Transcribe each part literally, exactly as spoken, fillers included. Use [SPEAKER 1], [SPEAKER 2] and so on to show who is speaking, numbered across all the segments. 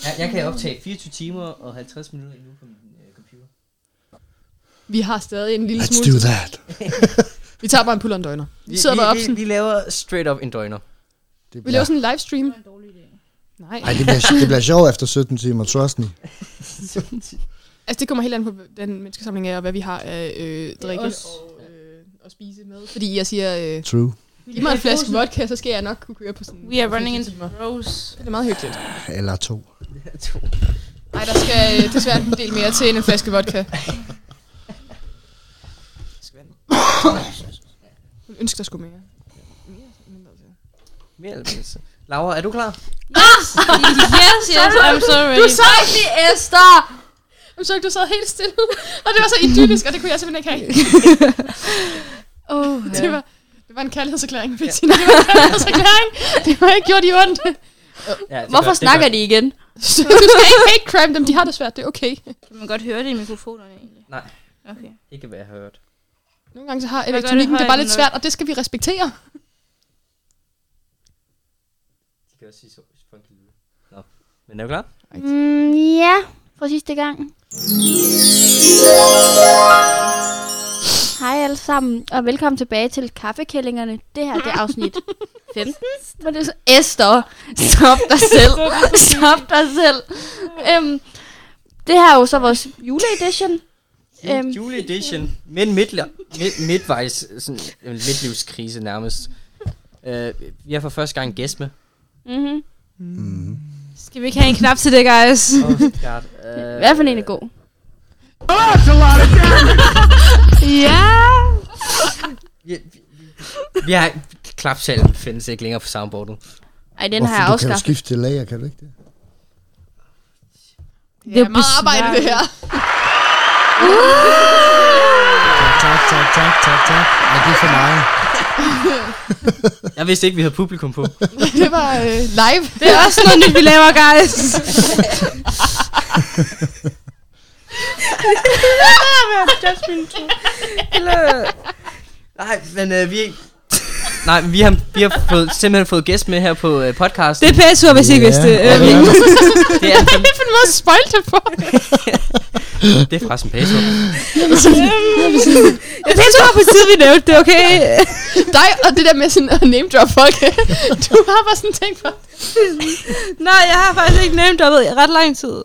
[SPEAKER 1] Jeg, jeg kan optage fireogtyve timer og halvtreds minutter endnu på min øh, computer.
[SPEAKER 2] Vi har stadig en lille
[SPEAKER 3] Let's
[SPEAKER 2] smule.
[SPEAKER 3] do that.
[SPEAKER 2] Vi tager bare en puller en døgner. Vi,
[SPEAKER 1] Vi,
[SPEAKER 2] sidder
[SPEAKER 1] vi,
[SPEAKER 2] bare op
[SPEAKER 1] vi,
[SPEAKER 2] sådan.
[SPEAKER 1] vi laver straight up en døgner.
[SPEAKER 3] Det
[SPEAKER 2] Vi laver sådan en livestream.
[SPEAKER 4] Det var en dårlig idé.
[SPEAKER 2] Nej.
[SPEAKER 3] Ej, det bliver, det bliver sjovt efter sytten timer, trust me.
[SPEAKER 2] Altså det kommer helt an på den menneskesamling af, og hvad vi har af øh, drikke og, øh, og spise med. Fordi jeg siger, øh,
[SPEAKER 3] True.
[SPEAKER 2] giv mig en flaske vodka, så skal jeg nok kunne køre på sådan
[SPEAKER 4] We are running
[SPEAKER 2] fireogtyve
[SPEAKER 4] into
[SPEAKER 2] timer.
[SPEAKER 4] Rose.
[SPEAKER 2] Det er meget hyggeligt.
[SPEAKER 3] Eller to.
[SPEAKER 2] Nej, der skal øh, desværre en del mere til end en flaske vodka. Jeg ønsker, der skulle mere.
[SPEAKER 1] Mere eller mindre. Laura, er du klar?
[SPEAKER 4] Yes, yes, I'm so ready.
[SPEAKER 2] Du sagde lige, Esther! Du sagde, du sad helt stille. Og det var så idyllisk, og det kunne jeg simpelthen ikke have.
[SPEAKER 4] Oh,
[SPEAKER 2] det, var, det var en kærlighedserklæring, Bettina. Det var en kærlighedserklæring. Det var ikke gjort i ondt.
[SPEAKER 1] Ja,
[SPEAKER 4] Hvorfor
[SPEAKER 1] gør,
[SPEAKER 4] snakker de igen?
[SPEAKER 2] Du skal ikke hate crime dem, de har det svært, det er okay.
[SPEAKER 4] Kan man godt høre det i mikrofonerne egentlig?
[SPEAKER 1] Nej.
[SPEAKER 4] Okay.
[SPEAKER 1] Ikke hvad jeg har hørt.
[SPEAKER 2] Nogle gange så har
[SPEAKER 4] gør det
[SPEAKER 2] elektronikken det, det er bare
[SPEAKER 4] højt
[SPEAKER 2] lidt svært, og det skal vi respektere.
[SPEAKER 1] De kan også sige så funky lyde. Nå. Men er du klar?
[SPEAKER 4] Mm, ja, for sidste gang. Hej alle sammen, og velkommen tilbage til Kaffekællingerne. Det her, det er afsnit femten. Var det så? Esther, stop dig selv. Stop dig selv. Um, det her er jo så vores juleedition.
[SPEAKER 1] Ju- Jule edition. Men midler, mid, midtvejs, sådan en midtlivskrise nærmest. Uh, vi har for første gang en gæst med.
[SPEAKER 4] Mm-hmm.
[SPEAKER 3] Mm.
[SPEAKER 5] Skal vi ikke have en knap til det, guys?
[SPEAKER 1] Oh, God. Uh,
[SPEAKER 4] Hvad for en er god?
[SPEAKER 5] Ja!
[SPEAKER 1] Vi, vi, vi har klapsalen findes ikke længere på soundboardet.
[SPEAKER 4] Ej, den
[SPEAKER 3] Hvorfor,
[SPEAKER 4] har jeg
[SPEAKER 3] du kan jo
[SPEAKER 4] afskaffet.
[SPEAKER 3] skifte til lager, kan du ikke det?
[SPEAKER 2] Det er meget arbejde, det her.
[SPEAKER 3] Tak, tak, tak, tak, tak. Ej, det er for meget.
[SPEAKER 1] Jeg vidste ikke, vi havde publikum på.
[SPEAKER 2] Det var øh, live.
[SPEAKER 5] Det er også noget nyt, vi laver, guys.
[SPEAKER 1] Nej, men uh, vi... Nej, vi har, vi har fået, simpelthen fået gæst med her på uh, podcasten.
[SPEAKER 5] Det er pæsur, hvis I ikke vidste det.
[SPEAKER 3] Ja,
[SPEAKER 5] Øhm,
[SPEAKER 3] ja.
[SPEAKER 1] Det er,
[SPEAKER 2] Det er en måde at spoil det på.
[SPEAKER 1] det er forresten Paso.
[SPEAKER 5] Pæsur på tide, vi nævnte det, okay?
[SPEAKER 2] Dig og det der med sådan at name drop folk. Du har bare sådan tænkt på.
[SPEAKER 5] Nej, jeg har faktisk ikke nævnt det i ret lang tid.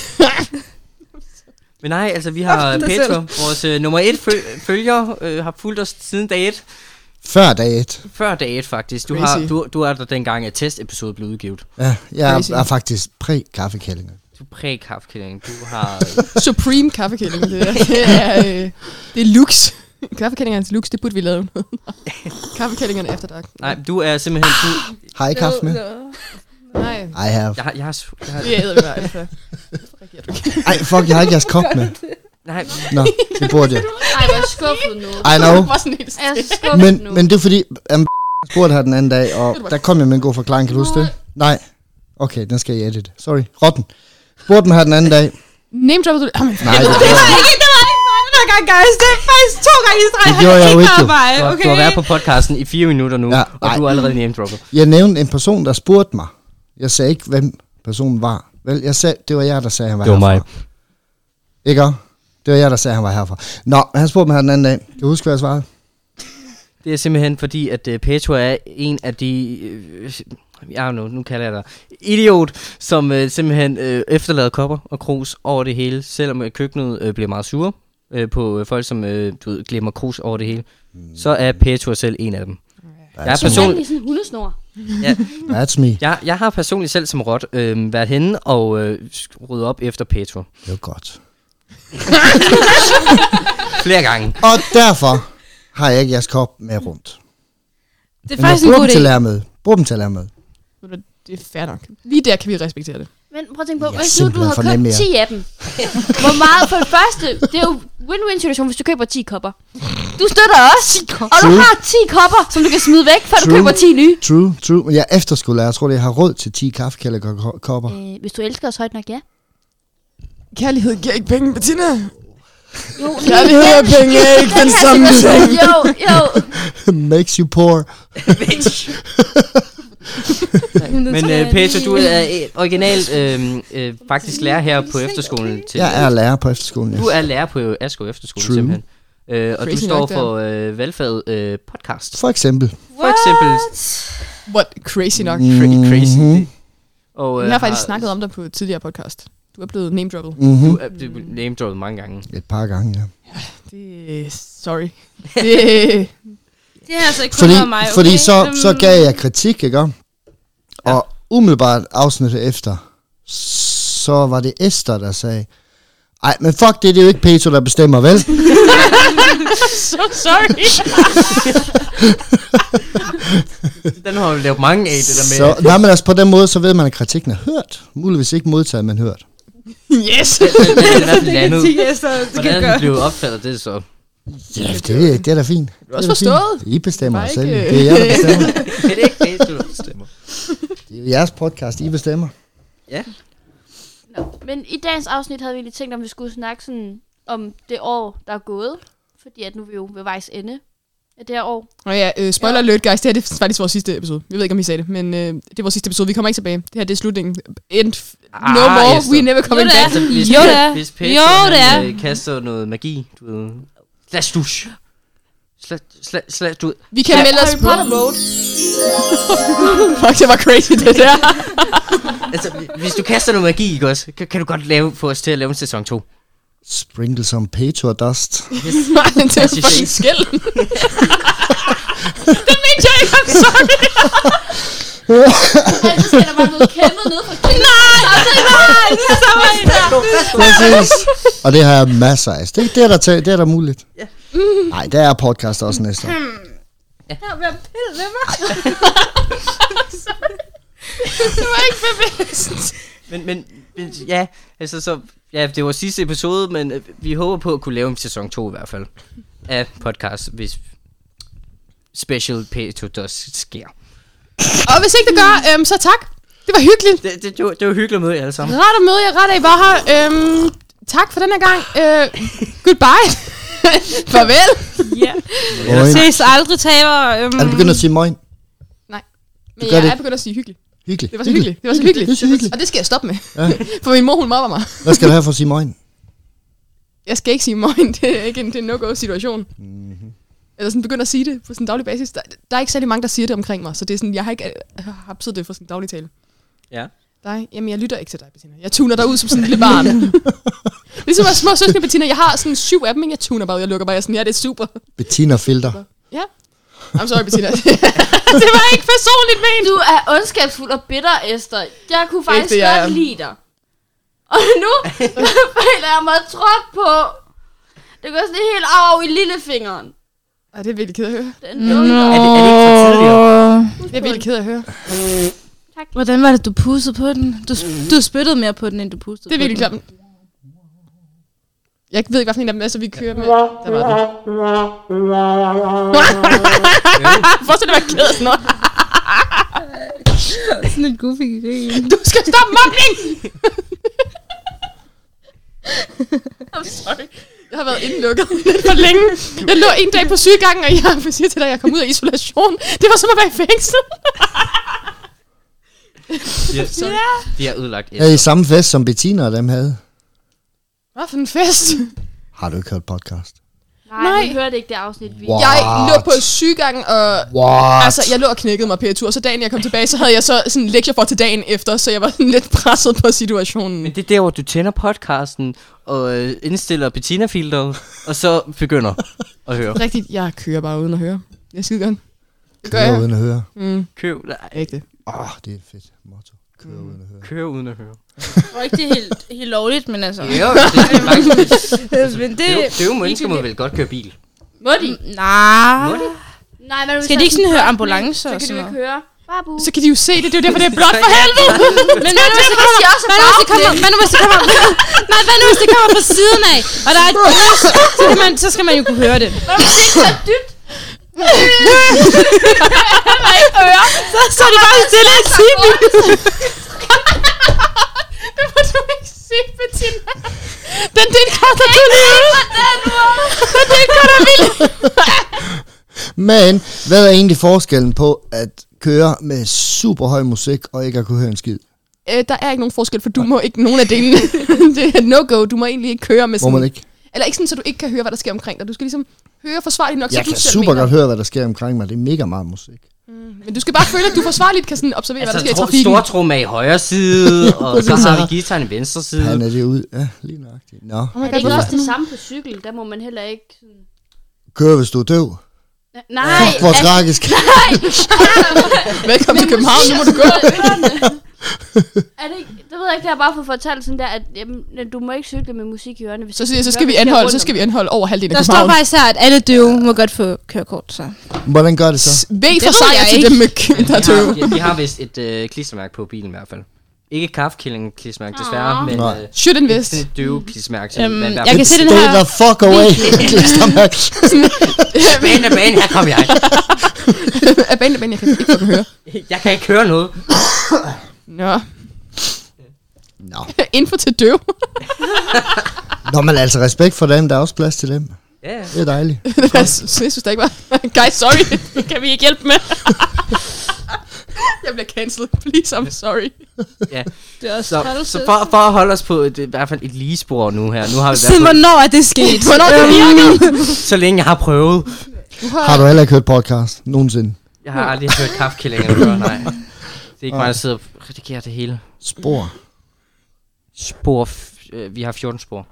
[SPEAKER 1] Men nej, altså vi har
[SPEAKER 5] Dig
[SPEAKER 1] Petro, vores uh, nummer et føl- følger, uh, har fulgt os siden dag et.
[SPEAKER 3] Før dag et.
[SPEAKER 1] Før dag et faktisk. Du,
[SPEAKER 2] Crazy.
[SPEAKER 1] har, du, du er der dengang, at testepisode blev udgivet.
[SPEAKER 3] Ja, jeg
[SPEAKER 2] Crazy.
[SPEAKER 3] er, er faktisk præ-kaffekællinger.
[SPEAKER 1] Du er præ-kaffekælling. Du har...
[SPEAKER 2] Supreme kaffekælling. Det er, det er, øh, det er lux. Kaffekællingernes lux, det burde vi lave noget. Kaffekællingerne efter dag.
[SPEAKER 1] Nej, du er simpelthen... Du,
[SPEAKER 3] Har I kaffe med?
[SPEAKER 2] Nej.
[SPEAKER 3] I have.
[SPEAKER 1] jeg har... Jeg har, jeg har
[SPEAKER 2] Det æder vi bare alfa.
[SPEAKER 3] Ej, fuck, jeg har ikke jeres kop med.
[SPEAKER 1] nej,
[SPEAKER 3] Nå, det burde jeg.
[SPEAKER 4] Ej, hvor er skuffet nu.
[SPEAKER 3] I know.
[SPEAKER 2] Det var sådan helt
[SPEAKER 4] Jeg er
[SPEAKER 2] stille.
[SPEAKER 4] så skuffet nu.
[SPEAKER 3] Men, men det er fordi, um, jeg spurgte her den anden dag, og der kom jeg med en god forklaring, kan du huske det? Nej. Okay, den skal jeg edit. Sorry, rotten. Spurgte mig her den anden dag.
[SPEAKER 2] Name dropper du det? Jamen,
[SPEAKER 3] Nej, det,
[SPEAKER 5] Det var ikke, det var ikke bare den her gang, guys. Det er faktisk to gange i streg.
[SPEAKER 3] Det gjorde jeg jo ikke, jo.
[SPEAKER 1] du,
[SPEAKER 5] Mig,
[SPEAKER 1] har,
[SPEAKER 5] okay?
[SPEAKER 1] du har været på podcasten i fire minutter nu,
[SPEAKER 3] Ja,
[SPEAKER 1] og
[SPEAKER 3] nej.
[SPEAKER 1] du er allerede name-droppet.
[SPEAKER 3] jeg nævnte en person, der spurgte mig. Jeg sagde ikke, hvem personen var. Vel, jeg sagde, det var jeg, der sagde, han var
[SPEAKER 1] Det var
[SPEAKER 3] herfra.
[SPEAKER 1] mig.
[SPEAKER 3] Ikke også? Det var jeg, der sagde, han var herfra. Nå, han spurgte mig her den anden dag. Kan du huske, hvad jeg svarede?
[SPEAKER 1] Det er simpelthen fordi, at uh, Petro er en af de... Uh, jeg nu, nu kalder jeg dig idiot, som uh, simpelthen uh, efterlader kopper og krus over det hele, selvom uh, køkkenet uh, bliver meget sure uh, på uh, folk, som uh, du ved, glemmer krus over det hele. Mm. Så er Petro selv en af dem. Jeg er
[SPEAKER 3] That's,
[SPEAKER 1] person-
[SPEAKER 4] Sådan sådan en hundesnor.
[SPEAKER 1] Ja,
[SPEAKER 3] that's me.
[SPEAKER 1] jeg, jeg har personligt selv som rot øh, været henne og øh, ryddet op efter Petro.
[SPEAKER 3] Det var godt.
[SPEAKER 1] Flere gange.
[SPEAKER 3] Og derfor har jeg ikke jeres kop med rundt.
[SPEAKER 5] Det er
[SPEAKER 3] Men jeg
[SPEAKER 5] faktisk en
[SPEAKER 3] bruger
[SPEAKER 5] god
[SPEAKER 3] dem til at
[SPEAKER 5] idé.
[SPEAKER 3] lære med. Brug dem til at lære med.
[SPEAKER 2] det er fair nok. Lige der kan vi respektere det.
[SPEAKER 4] Men prøv at tænke på,
[SPEAKER 3] Jeg er
[SPEAKER 4] hvis nu du
[SPEAKER 3] simpelthen
[SPEAKER 4] har
[SPEAKER 3] for
[SPEAKER 4] købt
[SPEAKER 3] nem, ja.
[SPEAKER 4] ti af dem. Hvor meget for det første, det er jo win-win situation, hvis du køber ti kopper. Du støtter os, og du
[SPEAKER 3] True.
[SPEAKER 4] har ti kopper, som du kan smide væk, før du
[SPEAKER 3] True.
[SPEAKER 4] køber ti nye.
[SPEAKER 3] True, true. Men jeg er efterskolelærer. Jeg tror, jeg har råd til ti kaffekælderkopper.
[SPEAKER 4] Øh, hvis du elsker os højt nok, ja.
[SPEAKER 2] Kærlighed giver ikke penge, Bettina.
[SPEAKER 4] Jo,
[SPEAKER 2] Kærlighed og penge er ikke den samme ting.
[SPEAKER 4] Jo, jo.
[SPEAKER 3] Makes you poor.
[SPEAKER 1] Men øh, Petro, du er original øh, øh, faktisk lærer her på efterskolen. Til,
[SPEAKER 3] Jeg er lærer på efterskolen, ja.
[SPEAKER 1] Du er lærer på Asko Efterskole,
[SPEAKER 3] True.
[SPEAKER 1] simpelthen. Øh, og
[SPEAKER 2] Crazy
[SPEAKER 1] du står
[SPEAKER 2] nok,
[SPEAKER 1] for øh, valgfaget øh, podcast.
[SPEAKER 3] For eksempel.
[SPEAKER 1] For eksempel.
[SPEAKER 2] What? Crazy nok.
[SPEAKER 1] Cra- crazy.
[SPEAKER 3] Mhm.
[SPEAKER 1] Og, øh,
[SPEAKER 2] Jeg har faktisk snakket om dig på et tidligere podcast. Du er blevet name-droppet.
[SPEAKER 3] Mm-hmm.
[SPEAKER 1] Du er du er name-droppet mange gange.
[SPEAKER 3] Et par gange, ja.
[SPEAKER 2] Det sorry. Det,
[SPEAKER 5] Det er altså ikke kun
[SPEAKER 3] Fordi,
[SPEAKER 5] noget mig, okay?
[SPEAKER 3] fordi så, så
[SPEAKER 5] Øhm,
[SPEAKER 3] gav jeg kritik, ikke? Og umiddelbart afsnittet efter, så var det Esther, der sagde, ej, men fuck det, det er jo ikke Petro, der bestemmer, vel?
[SPEAKER 2] so sorry.
[SPEAKER 1] Den har vi lavet mange af, det der med.
[SPEAKER 3] Så, nej, men altså på den måde, så ved man, at kritikken er hørt. Muligvis ikke modtaget, men hørt.
[SPEAKER 2] Yes.
[SPEAKER 1] Den er i hvert fald landet.
[SPEAKER 5] Esther, det kan
[SPEAKER 1] Hvordan
[SPEAKER 5] gøre.
[SPEAKER 1] den blev opfattet, det er så.
[SPEAKER 3] Ja, det, det er da fint.
[SPEAKER 2] Du har også
[SPEAKER 3] Det er da
[SPEAKER 2] forstået.
[SPEAKER 3] fint. I bestemmer
[SPEAKER 2] Bare
[SPEAKER 3] selv.
[SPEAKER 2] ikke-
[SPEAKER 3] Det er jer, der bestemmer.
[SPEAKER 1] Det er ikke Petro, der bestemmer.
[SPEAKER 3] Det er jo jeres podcast, I bestemmer.
[SPEAKER 1] Ja.
[SPEAKER 4] Nå. Men i dagens afsnit havde vi lige tænkt, om vi skulle snakke sådan om det år, der er gået. Fordi at nu er vi jo ved vejs ende af det her år.
[SPEAKER 2] Og ja, øh, spoiler alert, guys. Det her det er faktisk vores sidste episode. Jeg ved ikke, om I sagde det, men øh, det er vores sidste episode. Vi kommer ikke tilbage. Det her det er slutningen. End f- no
[SPEAKER 1] Ah,
[SPEAKER 2] more.
[SPEAKER 1] Esther.
[SPEAKER 2] We never coming
[SPEAKER 5] Jo, det er.
[SPEAKER 2] back.
[SPEAKER 1] Altså, hvis,
[SPEAKER 5] Jo, det er.
[SPEAKER 1] hvis Petro,
[SPEAKER 5] Jo, det
[SPEAKER 1] han,
[SPEAKER 5] er.
[SPEAKER 1] øh, kaster noget magi, du ved. Slash dusch. Slash, slash, slash, du ved.
[SPEAKER 2] Vi kan
[SPEAKER 1] Ja,
[SPEAKER 2] melde os
[SPEAKER 4] Harry
[SPEAKER 2] på.
[SPEAKER 4] Potter mode.
[SPEAKER 2] Fuck, det var crazy, det der.
[SPEAKER 1] Altså, hvis du kaster noget magi, ikke også, kan, kan du godt lave, få os til at lave en sæson to.
[SPEAKER 3] Sprinkle some Petro dust.
[SPEAKER 2] Nej, det er fucking skæld. Det mente jeg ikke, I'm sorry.
[SPEAKER 4] Altså skal der bare noget kæmpet ned fra kæmpe.
[SPEAKER 3] Præcis. Og det har jeg masser af. Det, det, er, der tæ- det er der muligt. Nej, der er podcast også næste år.
[SPEAKER 5] Jeg bliver pillet ved mig.
[SPEAKER 2] Det var ikke bevidst.
[SPEAKER 1] Men, men, men ja, altså så, ja, det var sidste episode, men øh, vi håber på at kunne lave en sæson to i hvert fald. Af podcast, hvis Special Petro Dust sker.
[SPEAKER 2] Og hvis ikke det gør, øhm, så tak. Det var hyggeligt.
[SPEAKER 1] Det, det, det, var, det var hyggeligt at møde jer alle sammen.
[SPEAKER 2] Ret at møde jer, ret af I var her. Øhm, tak for den her gang. Øh, goodbye. Farvel.
[SPEAKER 5] Ja.
[SPEAKER 3] Moin.
[SPEAKER 5] Ses aldrig, taber. Øhm,
[SPEAKER 3] Er du begyndt at sige moin?
[SPEAKER 2] Men
[SPEAKER 3] gør
[SPEAKER 2] jeg
[SPEAKER 3] det.
[SPEAKER 2] er begyndt at sige hyggeligt.
[SPEAKER 3] Hyggeligt.
[SPEAKER 2] Det var så hyggeligt. Det var så hyggeligt.
[SPEAKER 3] Det er så hyggeligt.
[SPEAKER 2] Og det skal jeg stoppe med.
[SPEAKER 3] Ja.
[SPEAKER 2] For min mor, hun mobber mig.
[SPEAKER 3] Hvad skal du have for at sige moin?
[SPEAKER 2] Jeg skal ikke sige moin. Det er ikke en, det er en no-go situation.
[SPEAKER 3] Mm-hmm.
[SPEAKER 2] Eller sådan begynder at sige det på sådan en daglig basis. Der, der er ikke særlig mange, der siger det omkring mig. Så det er sådan, jeg har ikke øh, hapset det for sådan en daglig tale.
[SPEAKER 1] Ja.
[SPEAKER 2] Dig? Jamen, jeg lytter ikke til dig, Bettina. Jeg tuner dig ud som sådan en lille barn. Ligesom at små søskende, Bettina. Jeg har sådan syv af dem, men jeg tuner bare ud. Jeg lukker bare, jeg er sådan, ja, det er super.
[SPEAKER 3] Bettina Filter.
[SPEAKER 2] Ja. I'm sorry, Bettina. Det var ikke personligt ment.
[SPEAKER 4] Du er ondskabsfuld og bitter, Esther. Jeg kunne faktisk
[SPEAKER 2] det, jeg
[SPEAKER 4] godt
[SPEAKER 2] er.
[SPEAKER 4] lide dig. Og nu føler jeg mig trådt på. Det går sådan helt af i lillefingeren.
[SPEAKER 2] Ej, det er virkelig ked af at høre.
[SPEAKER 4] Den lukker.
[SPEAKER 1] Er det, er det ikke for tidligere?
[SPEAKER 2] Det er virkelig ked af at høre.
[SPEAKER 5] Hvordan var det, du pussede på den? Du, du spyttede mere på den, end du pustede
[SPEAKER 2] Det er virkelig
[SPEAKER 5] på den.
[SPEAKER 2] klamt. Jeg ved ikke, hvad for en af dem er, så vi kører med. Der var det. Forestil dig, at være ked af sådan noget.
[SPEAKER 5] Sådan en goofy idé.
[SPEAKER 2] Du skal stoppe mobning! I'm sorry. Jeg har været indelukket lidt for længe. Jeg lå en dag på sygegangen, og jeg vil sige til dig, at jeg kom ud af isolation. Det var som at være i fængsel.
[SPEAKER 1] De har,
[SPEAKER 2] Sorry.
[SPEAKER 1] de har ødelagt et.
[SPEAKER 3] Havde I samme fest, som Bettina og dem havde?
[SPEAKER 2] Hvad for en fest?
[SPEAKER 3] Har du ikke hørt podcast?
[SPEAKER 4] Nej,
[SPEAKER 2] Nej.
[SPEAKER 4] vi hørte ikke det afsnit. Vi.
[SPEAKER 3] Wow.
[SPEAKER 2] Jeg lå på sygegangen, og
[SPEAKER 3] What?
[SPEAKER 2] altså, jeg lå og knækkede mig P to, og så dagen jeg kom tilbage, så havde jeg så sådan en lektie for til dagen efter, så jeg var sådan lidt presset på situationen.
[SPEAKER 1] Men det er der, hvor du tænder podcasten og øh, indstiller Bettina-filteret, og så begynder at høre.
[SPEAKER 2] Rigtigt, jeg kører bare uden at høre. Det er skide godt. Det gør
[SPEAKER 3] Kører
[SPEAKER 2] jeg.
[SPEAKER 3] uden at høre.
[SPEAKER 2] Mm,
[SPEAKER 1] Køb, nej,
[SPEAKER 2] ægte.
[SPEAKER 3] Åh, oh, det er et fedt motto. Kører uden at høre.
[SPEAKER 1] kør uden at høre.
[SPEAKER 5] Jeg tror ikke, det er helt, helt lovligt, men altså...
[SPEAKER 1] Jo, det er faktisk... Altså,
[SPEAKER 5] Men
[SPEAKER 1] det,
[SPEAKER 5] det,
[SPEAKER 1] er jo, det er jo mennesker, må vel godt køre bil.
[SPEAKER 4] Må de?
[SPEAKER 5] Nej.
[SPEAKER 1] Må de?
[SPEAKER 4] Nej, men hvis
[SPEAKER 5] Skal
[SPEAKER 4] der
[SPEAKER 5] de ikke
[SPEAKER 4] er
[SPEAKER 5] sådan høre
[SPEAKER 4] flot
[SPEAKER 5] ambulancer
[SPEAKER 4] så
[SPEAKER 5] og
[SPEAKER 4] kan de
[SPEAKER 5] sådan
[SPEAKER 4] jo ikke høre. Babu.
[SPEAKER 2] Så kan de jo se det, det er jo derfor, det er blot for helvede.
[SPEAKER 5] Men hvad nu, hvis det kommer... Hvad nu, hvis det kommer... Hvad nu, hvis det kommer... Nej, hvad nu, hvis det kommer fra siden af, og der er et grus, så, kan man, så skal man jo kunne høre det.
[SPEAKER 4] Hvad hvis det ikke så dybt?
[SPEAKER 5] Så, så er de bare stille i timen.
[SPEAKER 2] Det må du ikke se, Bettina. Den del cutter du lige ud. Den del cutter vi lige.
[SPEAKER 3] Men, hvad er egentlig forskellen på at køre med super høj musik, og ikke at kunne høre en skid?
[SPEAKER 2] Øh, der er ikke nogen forskel, for du må ikke nogen af delene. Det er no-go. Du må egentlig ikke køre med sådan...
[SPEAKER 3] Må man ikke?
[SPEAKER 2] Eller ikke sådan, så du ikke kan høre, hvad der sker omkring dig. Du skal ligesom høre forsvarligt nok,
[SPEAKER 3] Jeg
[SPEAKER 2] så du
[SPEAKER 3] kan
[SPEAKER 2] selv
[SPEAKER 3] super
[SPEAKER 2] mener.
[SPEAKER 3] godt høre, hvad der sker omkring mig. Det er mega meget musik.
[SPEAKER 2] Mm. Men du skal bare føle, at du forsvarligt kan sådan observere,
[SPEAKER 1] Altså,
[SPEAKER 2] hvad der sker
[SPEAKER 1] tro,
[SPEAKER 2] i trafikken.
[SPEAKER 1] stortrum er i højre side, og så har vi guitaren i venstre side.
[SPEAKER 3] Han er det ud. Ja, lige nøjagtigt. Nå.
[SPEAKER 2] Oh my
[SPEAKER 4] Er det
[SPEAKER 2] God,
[SPEAKER 4] ikke
[SPEAKER 2] hvorfor-
[SPEAKER 4] også det samme på cykel? Der må man heller ikke... Sådan...
[SPEAKER 3] Kør, hvis du er døv.
[SPEAKER 4] Nej,
[SPEAKER 3] Fuck, hvor
[SPEAKER 4] altså-
[SPEAKER 3] tragisk.
[SPEAKER 2] Velkommen til København, nu må du gå.
[SPEAKER 4] Er det ikke, det ved jeg ikke, det har bare fået fortalt sådan der, at jamen, du må ikke cykle med musik i ørerne. Hvis
[SPEAKER 2] Så,
[SPEAKER 4] du
[SPEAKER 2] siger jeg, så
[SPEAKER 4] hører,
[SPEAKER 2] skal vi
[SPEAKER 4] hvad der sker
[SPEAKER 2] anholde,
[SPEAKER 4] rundt
[SPEAKER 2] så skal
[SPEAKER 4] om.
[SPEAKER 2] vi anholde over halvdelen
[SPEAKER 5] Der
[SPEAKER 2] af
[SPEAKER 5] står
[SPEAKER 2] København.
[SPEAKER 5] faktisk her, at alle døve må godt få kørekort, så.
[SPEAKER 3] Hvordan gør det så?
[SPEAKER 2] V for
[SPEAKER 5] ved
[SPEAKER 2] sejr
[SPEAKER 5] jeg
[SPEAKER 2] til
[SPEAKER 5] ikke.
[SPEAKER 2] dem, med,
[SPEAKER 1] Vi
[SPEAKER 2] der er tøve.
[SPEAKER 1] har, ja, vi har vist et øh, klistermærke på bilen i hvert fald. Ikke kaffekilling klistermærke, desværre,
[SPEAKER 4] Åh.
[SPEAKER 1] men
[SPEAKER 3] Nej.
[SPEAKER 1] øh,
[SPEAKER 2] Should invest.
[SPEAKER 1] sådan et døve klistermærke. som
[SPEAKER 5] Øhm,
[SPEAKER 1] man i hvert
[SPEAKER 5] jeg
[SPEAKER 1] fald-
[SPEAKER 5] kan se den
[SPEAKER 3] Stay
[SPEAKER 5] her.
[SPEAKER 3] the fuck away. Klistermærke.
[SPEAKER 1] Bane af bane, her kommer jeg.
[SPEAKER 2] Af banen, men jeg kan ikke få den høre.
[SPEAKER 1] Jeg kan ikke høre noget.
[SPEAKER 2] Nå.
[SPEAKER 3] Nå.
[SPEAKER 2] Info til døv.
[SPEAKER 3] Nå, men altså respekt for dem. Der er også plads til dem.
[SPEAKER 1] Ja,
[SPEAKER 3] Det er dejligt.
[SPEAKER 2] Jeg synes der ikke var. Guys, sorry. Kan vi ikke hjælpe med? Jeg bliver cancelled. Please, I'm sorry.
[SPEAKER 1] ja.
[SPEAKER 5] Det er også
[SPEAKER 1] Så, så for, for at holde os på et, i hvert fald et lige spor nu her. Nu har vi i
[SPEAKER 5] Siden
[SPEAKER 1] hvert
[SPEAKER 5] hvornår er det sket?
[SPEAKER 2] Hvornår det virkede?
[SPEAKER 1] fald, så længe jeg har prøvet.
[SPEAKER 2] Du
[SPEAKER 3] Har du heller ikke hørt podcast nogensinde?
[SPEAKER 1] Jeg har aldrig hørt kaffekillingerne før, nej. Det er ikke mig, der sidder og redigerer det hele.
[SPEAKER 3] Spor.
[SPEAKER 1] Spor, f- øh, vi har fjorten spor.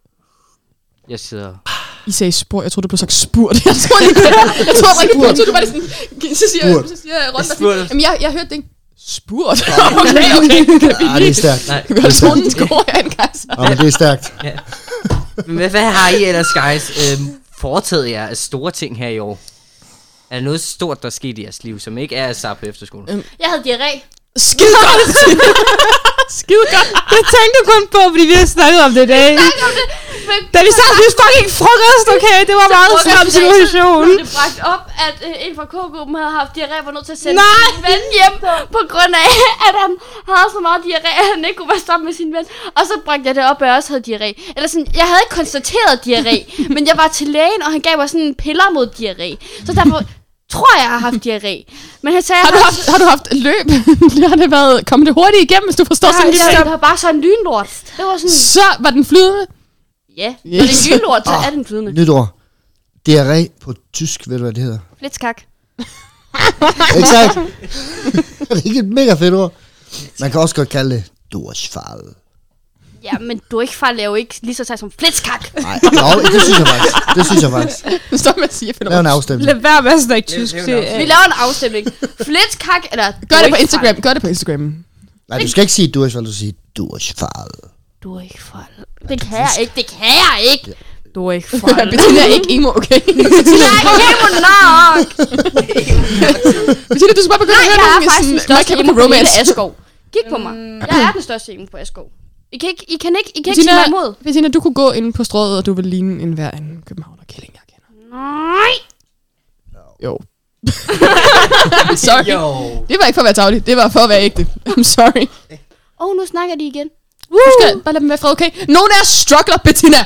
[SPEAKER 1] Jeg sidder...
[SPEAKER 2] I sagde spor. Jeg troede, det blev sagt spurt. Jeg troede ikke, jeg troede ikke, jeg troede, du var det sådan... Så siger,
[SPEAKER 3] Spurt.
[SPEAKER 2] så siger jeg rundt og
[SPEAKER 1] Spurt.
[SPEAKER 2] siger, jamen jeg, jeg hørte det ikke. Spurt. Okay, okay. Kan vi
[SPEAKER 3] Ja, det er stærkt.
[SPEAKER 1] Nej,
[SPEAKER 2] vi har tonen skår herinde, guys.
[SPEAKER 3] Ja, men det er stærkt.
[SPEAKER 1] men hvad har I ellers, guys, øhm, foretaget jer af store ting her i år? Er der noget stort, der er sket i jeres liv, som ikke er at starte på efterskole?
[SPEAKER 2] Øhm.
[SPEAKER 4] Jeg havde diarré.
[SPEAKER 2] Skide godt. Skide godt.
[SPEAKER 5] Det tænkte du kun på, fordi vi har snakket om det i dag. Da vi sad til fucking frokost, okay? Det var meget slem situation.
[SPEAKER 4] Så det bragt op, at øh, en fra K-gruppen havde haft diarré, var nødt til at sende
[SPEAKER 5] Nej.
[SPEAKER 4] sin ven hjem, på grund af, at han havde så meget diarré, at han ikke kunne være sammen med sin ven. Og så bragte jeg det op, at jeg også havde diarré. Eller sådan, jeg havde ikke konstateret diarré, men jeg var til lægen, og han gav mig sådan piller mod diarré. Så derfor tror jeg, jeg har haft diarré. Men han sagde,
[SPEAKER 2] Har du
[SPEAKER 4] jeg
[SPEAKER 2] haft, har du haft løb? Har det været kommet det hurtigt igennem, hvis du forstår sådan
[SPEAKER 4] det,
[SPEAKER 2] lidt?
[SPEAKER 4] det var bare sådan en lynlort. Det var sådan,
[SPEAKER 2] Så var den flydende.
[SPEAKER 4] ja, når det
[SPEAKER 2] Yes.
[SPEAKER 4] er lynlort, så er den flydende.
[SPEAKER 3] Nyt ord. Diarré på tysk, ved du hvad det hedder?
[SPEAKER 4] Flitskak.
[SPEAKER 3] Exakt. Det er ikke et mega fedt ord. Man kan også godt kalde det Durchfall.
[SPEAKER 4] Ja, men Durchfall er jo ikke lige så sejt som flitskak.
[SPEAKER 3] Nej, jo, det synes jeg faktisk. Det synes jeg faktisk.
[SPEAKER 2] Stop med at sige, jeg finder
[SPEAKER 3] Lav en
[SPEAKER 2] mig.
[SPEAKER 3] afstemning.
[SPEAKER 5] Lad være med at snakke tysk.
[SPEAKER 1] Det er jo
[SPEAKER 5] Det
[SPEAKER 1] nok.
[SPEAKER 4] Vi
[SPEAKER 5] er...
[SPEAKER 4] laver en afstemning. Flitskak eller
[SPEAKER 2] Gør det på
[SPEAKER 4] Durchfall?
[SPEAKER 2] Instagram. Gør det på Instagram.
[SPEAKER 3] Nej, du skal ikke sige Durchfall, du skal sige Durchfall.
[SPEAKER 4] Durchfall. Det kan jeg ikke. Det kan jeg ikke. Durchfall.
[SPEAKER 2] Bettina er ikke emo, okay?
[SPEAKER 4] Jeg er emo nok.
[SPEAKER 2] Bettina, du skal bare begynde
[SPEAKER 4] Nej,
[SPEAKER 2] at
[SPEAKER 4] jeg
[SPEAKER 2] høre
[SPEAKER 4] er
[SPEAKER 2] nogle
[SPEAKER 4] faktisk den
[SPEAKER 2] sådan My
[SPEAKER 4] største
[SPEAKER 2] Chemical
[SPEAKER 4] emo på hele
[SPEAKER 2] Romance.
[SPEAKER 4] Askov. Kig på mig. Jeg er den største emo på Askov. I kan ikke, I kan ikke, I kan ikke sige
[SPEAKER 2] Bettina,
[SPEAKER 4] mig imod.
[SPEAKER 2] Bettina, du kunne gå ind på strøget, og du vil ligne en hver en københavner killing, jeg kender.
[SPEAKER 4] Nej.
[SPEAKER 2] Jo. Sorry.
[SPEAKER 1] Jo.
[SPEAKER 2] Det var ikke for at være tavlig. Det var for at være ægte. I'm sorry.
[SPEAKER 4] Åh, oh, nu snakker de igen.
[SPEAKER 2] Du skal bare lade dem være fred, okay? Nogen af os struggler, Bettina.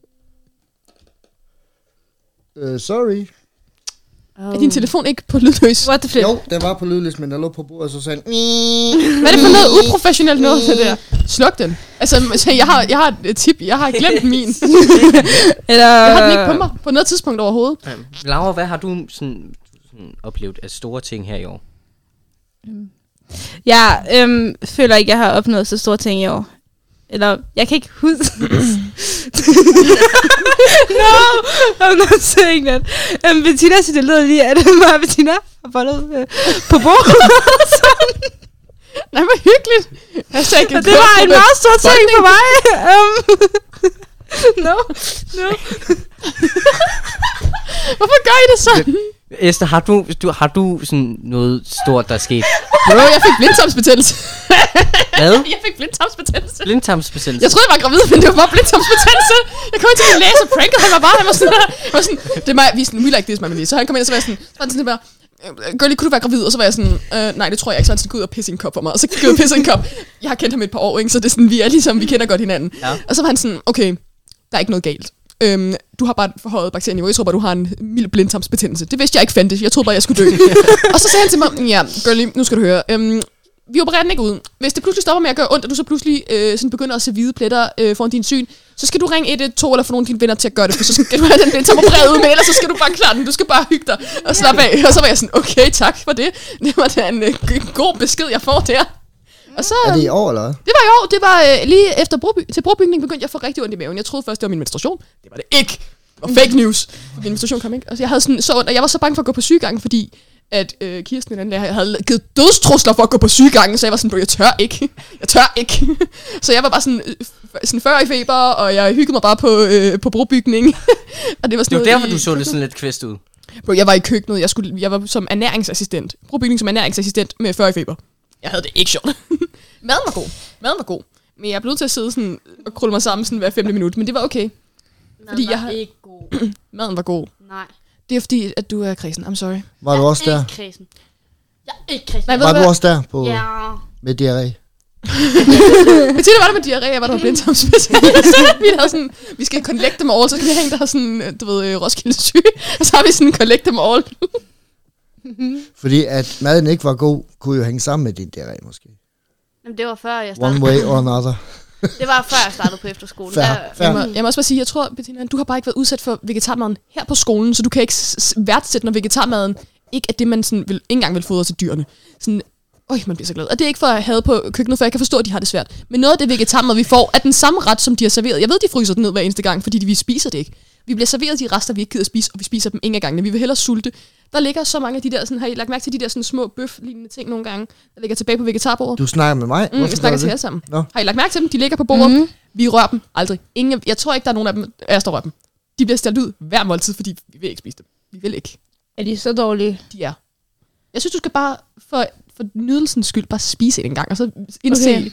[SPEAKER 3] Uh, sorry.
[SPEAKER 4] Oh.
[SPEAKER 2] Er din telefon ikke på lydløs?
[SPEAKER 5] What the flip?
[SPEAKER 3] Jo, den var på lydlist, men der lå på bordet, så sagde den...
[SPEAKER 2] Hvad er det for noget uprofessionelt noget, det der? Sluk den. Altså, så jeg har, jeg har et tip. Jeg har glemt min.
[SPEAKER 5] Eller...
[SPEAKER 2] Jeg har den ikke på mig på noget tidspunkt overhovedet.
[SPEAKER 1] Øhm, Laura, hvad har du sådan, sådan oplevet af store ting her i år?
[SPEAKER 5] Jeg øhm, føler ikke, jeg har opnået så store ting i år. Eller, jeg kan ikke huske... No, I'm not saying that. Um, Bettina siger, det lyder lige, at mig og Bettina har foldet øh, på bordet.
[SPEAKER 2] Nej, hvor hyggeligt. Hashtag
[SPEAKER 5] Og det var en meget stor ting for mig. Um, no, no.
[SPEAKER 2] Hvorfor gør I det sådan?
[SPEAKER 1] Esther, har du, du, har du sådan noget stort, der er sket?
[SPEAKER 2] Bro, jeg fik blindtarmsbetændelse.
[SPEAKER 1] Hvad?
[SPEAKER 2] Jeg fik blindtarmsbetændelse.
[SPEAKER 1] Blindtarmsbetændelse?
[SPEAKER 2] Jeg troede, jeg var gravid, men det var bare blindtarmsbetændelse. Jeg kom ind til min læge, så prankede han mig bare. Han var sådan der. Jeg var sådan, det er mig, vi er sådan, we like this, my Melissa. Så han kom ind, og så var jeg sådan, så var han sådan bare, Girlie, kunne du være gravid? Og så var jeg sådan, øh, nej, det tror jeg ikke. Så var han sådan, gå ud og pisse i en kop for mig. Og så gik jeg ud og pisse i en kop. Jeg har kendt ham et par år, ikke? Så det er sådan, vi er ligesom, vi kender godt hinanden.
[SPEAKER 1] Ja.
[SPEAKER 2] Og så var han sådan, okay, der er ikke noget galt. Øhm, du har bare et forhøjet bakterieniveau. Jeg tror bare, du har en mild blindtarmsbetændelse. Det vidste jeg ikke fandtes. Jeg troede bare, jeg skulle dø. Og så sagde han til mig, ja, girlie, nu skal du høre. Øhm, vi opererer den ikke ud. Hvis det pludselig stopper med at gøre ondt, og du så pludselig øh, sådan begynder at se hvide pletter øh, foran din syn, så skal du ringe et et to eller få nogle af dine venner til at gøre det, for så skal du have den blindtarm opereret ud med, ellers så skal du bare klare den. Du skal bare hygge dig og slappe af. Og så var jeg sådan, okay, tak for det. Det var da en øh, god besked, jeg får der. Og så,
[SPEAKER 3] er det i år, eller hvad?
[SPEAKER 2] Det var i år. Det var øh, lige efter broby- til brobygning begyndte jeg at få rigtig ondt i maven. Jeg troede først, det var min menstruation. Det var det ikke. Det var fake news. Min menstruation kom ikke. Altså, jeg havde sådan så ondt, og jeg var så bange for at gå på sygegangen, fordi at øh, Kirsten, den anden lærer, havde givet dødstrusler for at gå på sygegangen, så jeg var sådan, jeg tør ikke. Jeg tør ikke. Så jeg var bare sådan, øh, sådan fyrre i feber, og jeg hyggede mig bare på, øh, på brobygning. Og det var sådan
[SPEAKER 1] det var derfor,
[SPEAKER 2] i,
[SPEAKER 1] du så lidt sådan lidt kvæst ud.
[SPEAKER 2] Bro, jeg var i køkkenet. Jeg, skulle, jeg var som ernæringsassistent. Brobygning som ernæringsassistent med fyrre i feber. Jeg havde det ikke sjovt. Maden var god. Maden var god. Men jeg blev nødt til at sidde sådan og krølle mig sammen sådan hver femte minut. Men det var okay.
[SPEAKER 4] Maden
[SPEAKER 2] fordi
[SPEAKER 4] var
[SPEAKER 2] jeg har...
[SPEAKER 4] ikke god.
[SPEAKER 2] Maden var god.
[SPEAKER 4] Nej.
[SPEAKER 2] Det er fordi, at du er kredsen. I'm sorry.
[SPEAKER 3] Var du også der?
[SPEAKER 4] Jeg er ikke kredsen. Jeg er ikke kredsen.
[SPEAKER 2] Nej, ved
[SPEAKER 3] Var
[SPEAKER 2] du
[SPEAKER 3] du
[SPEAKER 2] hvad?
[SPEAKER 3] også der på,
[SPEAKER 4] Ja.
[SPEAKER 3] med diarré?
[SPEAKER 2] Bettina var der med diarré, jeg var der med blindtarmsbetændelse. Vi havde sådan, vi skal collect them all, så skal vi have en, der har sådan, du ved, Roskilde syge. Og så har vi sådan collect them all.
[SPEAKER 3] Fordi at maden ikke var god, kunne jo hænge sammen med din diarré måske.
[SPEAKER 4] Jamen, det var før jeg
[SPEAKER 3] One
[SPEAKER 4] startede.
[SPEAKER 3] way or another.
[SPEAKER 4] Det var før jeg startede på efterskole.
[SPEAKER 3] Fair.
[SPEAKER 4] Der,
[SPEAKER 3] Fair.
[SPEAKER 2] Jeg må, jeg må også bare sige, jeg tror, Bettina, du har bare ikke været udsat for vegetarmaden her på skolen, så du kan ikke s- værdsætte, når vegetarmaden ikke er det, man sådan vil, ikke engang vil fodre til dyrene. Sådan, øj, man bliver så glad. Og det er ikke for at have på køkkenet, for jeg kan forstå, at de har det svært. Men noget af det vegetarmad, vi får, er den samme ret, som de har serveret. Jeg ved, de fryser den ned hver eneste gang, fordi de, vi spiser det ikke. Vi bliver serveret de rester, vi ikke gider at spise, og vi spiser dem ingen gange. Vi vil hellere sulte. Der ligger så mange af de der, sådan, har I lagt mærke til de der sådan, små bøf-lignende ting nogle gange, der ligger tilbage på vegetarbordet?
[SPEAKER 3] Du snakker med mig?
[SPEAKER 2] Mm, jeg snakker til jer sammen.
[SPEAKER 3] Nå.
[SPEAKER 2] Har I lagt mærke til dem? De ligger på bordet. Mm. Vi rører dem aldrig. Ingen, jeg tror ikke, der er nogen af dem, af os, der rører dem. De bliver stillet ud hver måltid, fordi vi vil ikke spise dem. Vi vil ikke.
[SPEAKER 5] Er de så dårlige?
[SPEAKER 2] De er. Jeg synes, du skal bare for, for nydelsens skyld bare spise en gang, og så indse...
[SPEAKER 5] Okay.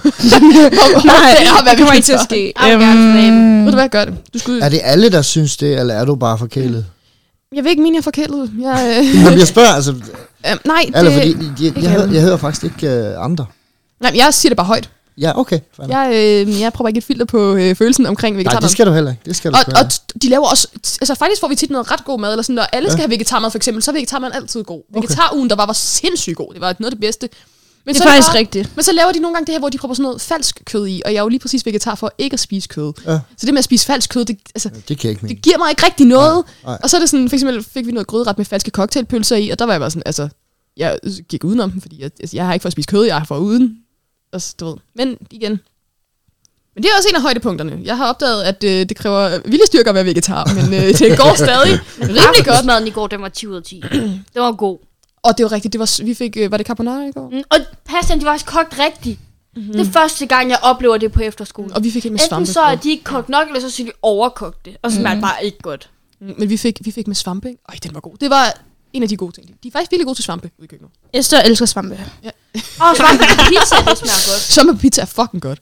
[SPEAKER 2] hvor-
[SPEAKER 5] Nej,
[SPEAKER 2] det er, hvad
[SPEAKER 5] det
[SPEAKER 2] vi
[SPEAKER 5] kommer
[SPEAKER 2] kan
[SPEAKER 5] ikke til at
[SPEAKER 2] gøre.
[SPEAKER 5] ske.
[SPEAKER 4] Jeg vil gerne tilbage.
[SPEAKER 2] Ved du hvad, jeg gør det. Du skulle...
[SPEAKER 3] Er det alle, der synes det, eller er du bare forkælet?
[SPEAKER 2] Jeg vil ikke mene, jeg er forkælet. Jeg, øh...
[SPEAKER 3] Jamen, jeg spørger, altså...
[SPEAKER 2] øh, nej, det...
[SPEAKER 3] Eller fordi, jeg, jeg, jeg, hører, jeg hører faktisk ikke øh, andre.
[SPEAKER 2] Nej, jeg siger det bare højt.
[SPEAKER 3] Ja, okay. Fair.
[SPEAKER 2] Jeg, øh, jeg prøver ikke et filter på øh, følelsen omkring
[SPEAKER 3] Nej,
[SPEAKER 2] vegetarmad.
[SPEAKER 3] det skal du heller ikke. Det skal du
[SPEAKER 2] Og,
[SPEAKER 3] sgu
[SPEAKER 2] og
[SPEAKER 3] heller
[SPEAKER 2] t- de laver også... Altså faktisk får vi tit noget ret god mad, eller sådan, når alle
[SPEAKER 3] Ja.
[SPEAKER 2] skal have vegetarmad for eksempel, så er vegetarmaden altid god. Vegetarugen, der var, var sindssygt god. Det var noget af det bedste. Men
[SPEAKER 5] Det er
[SPEAKER 2] så
[SPEAKER 5] faktisk
[SPEAKER 2] bare,
[SPEAKER 5] rigtigt.
[SPEAKER 2] Men så laver de nogle gange det her, hvor de prøver sådan noget falsk kød i, og jeg er jo lige præcis vegetar for ikke at spise kød.
[SPEAKER 3] Ja.
[SPEAKER 2] Så det med at spise falsk kød, det, altså,
[SPEAKER 3] ikke. Det kan jeg ikke mene.
[SPEAKER 2] det giver mig ikke rigtig noget.
[SPEAKER 3] Nej, nej.
[SPEAKER 2] Og så er det sådan, for eksempel fik vi noget gryderet med falske cocktailpølser i, og der var jeg bare sådan, altså, jeg gik udenom dem, fordi jeg, altså, jeg har ikke for at spise kød, jeg har for uden. Og så, du ved. Men igen. Men det er også en af højdepunkterne. Jeg har opdaget, at øh, det kræver viljestyrke at være vegetar, men øh, det går stadig rimelig godt.
[SPEAKER 4] Maden i går, den var ti ud af ti. Den var god.
[SPEAKER 2] Og det var rigtigt, det var, vi fik, øh, var det carbonara i går?
[SPEAKER 4] Mm, og pastaen, de var også kogt rigtigt. Mm-hmm. Det er første gang, jeg oplever det på efterskole.
[SPEAKER 2] Og vi fik et med
[SPEAKER 4] Enten
[SPEAKER 2] svampe.
[SPEAKER 4] så er de ikke kogt nok, eller så er de overkogt det. Og så smager det bare ikke godt.
[SPEAKER 2] Mm, Men vi fik, vi fik med svampe. Øj, den var god. Det var en af de gode ting. De er faktisk virkelig gode til svampe ude i køkkenet.
[SPEAKER 5] Esther elsker svampe.
[SPEAKER 4] Og svampe på pizza, det smager godt.
[SPEAKER 2] Svampe på pizza er fucking godt.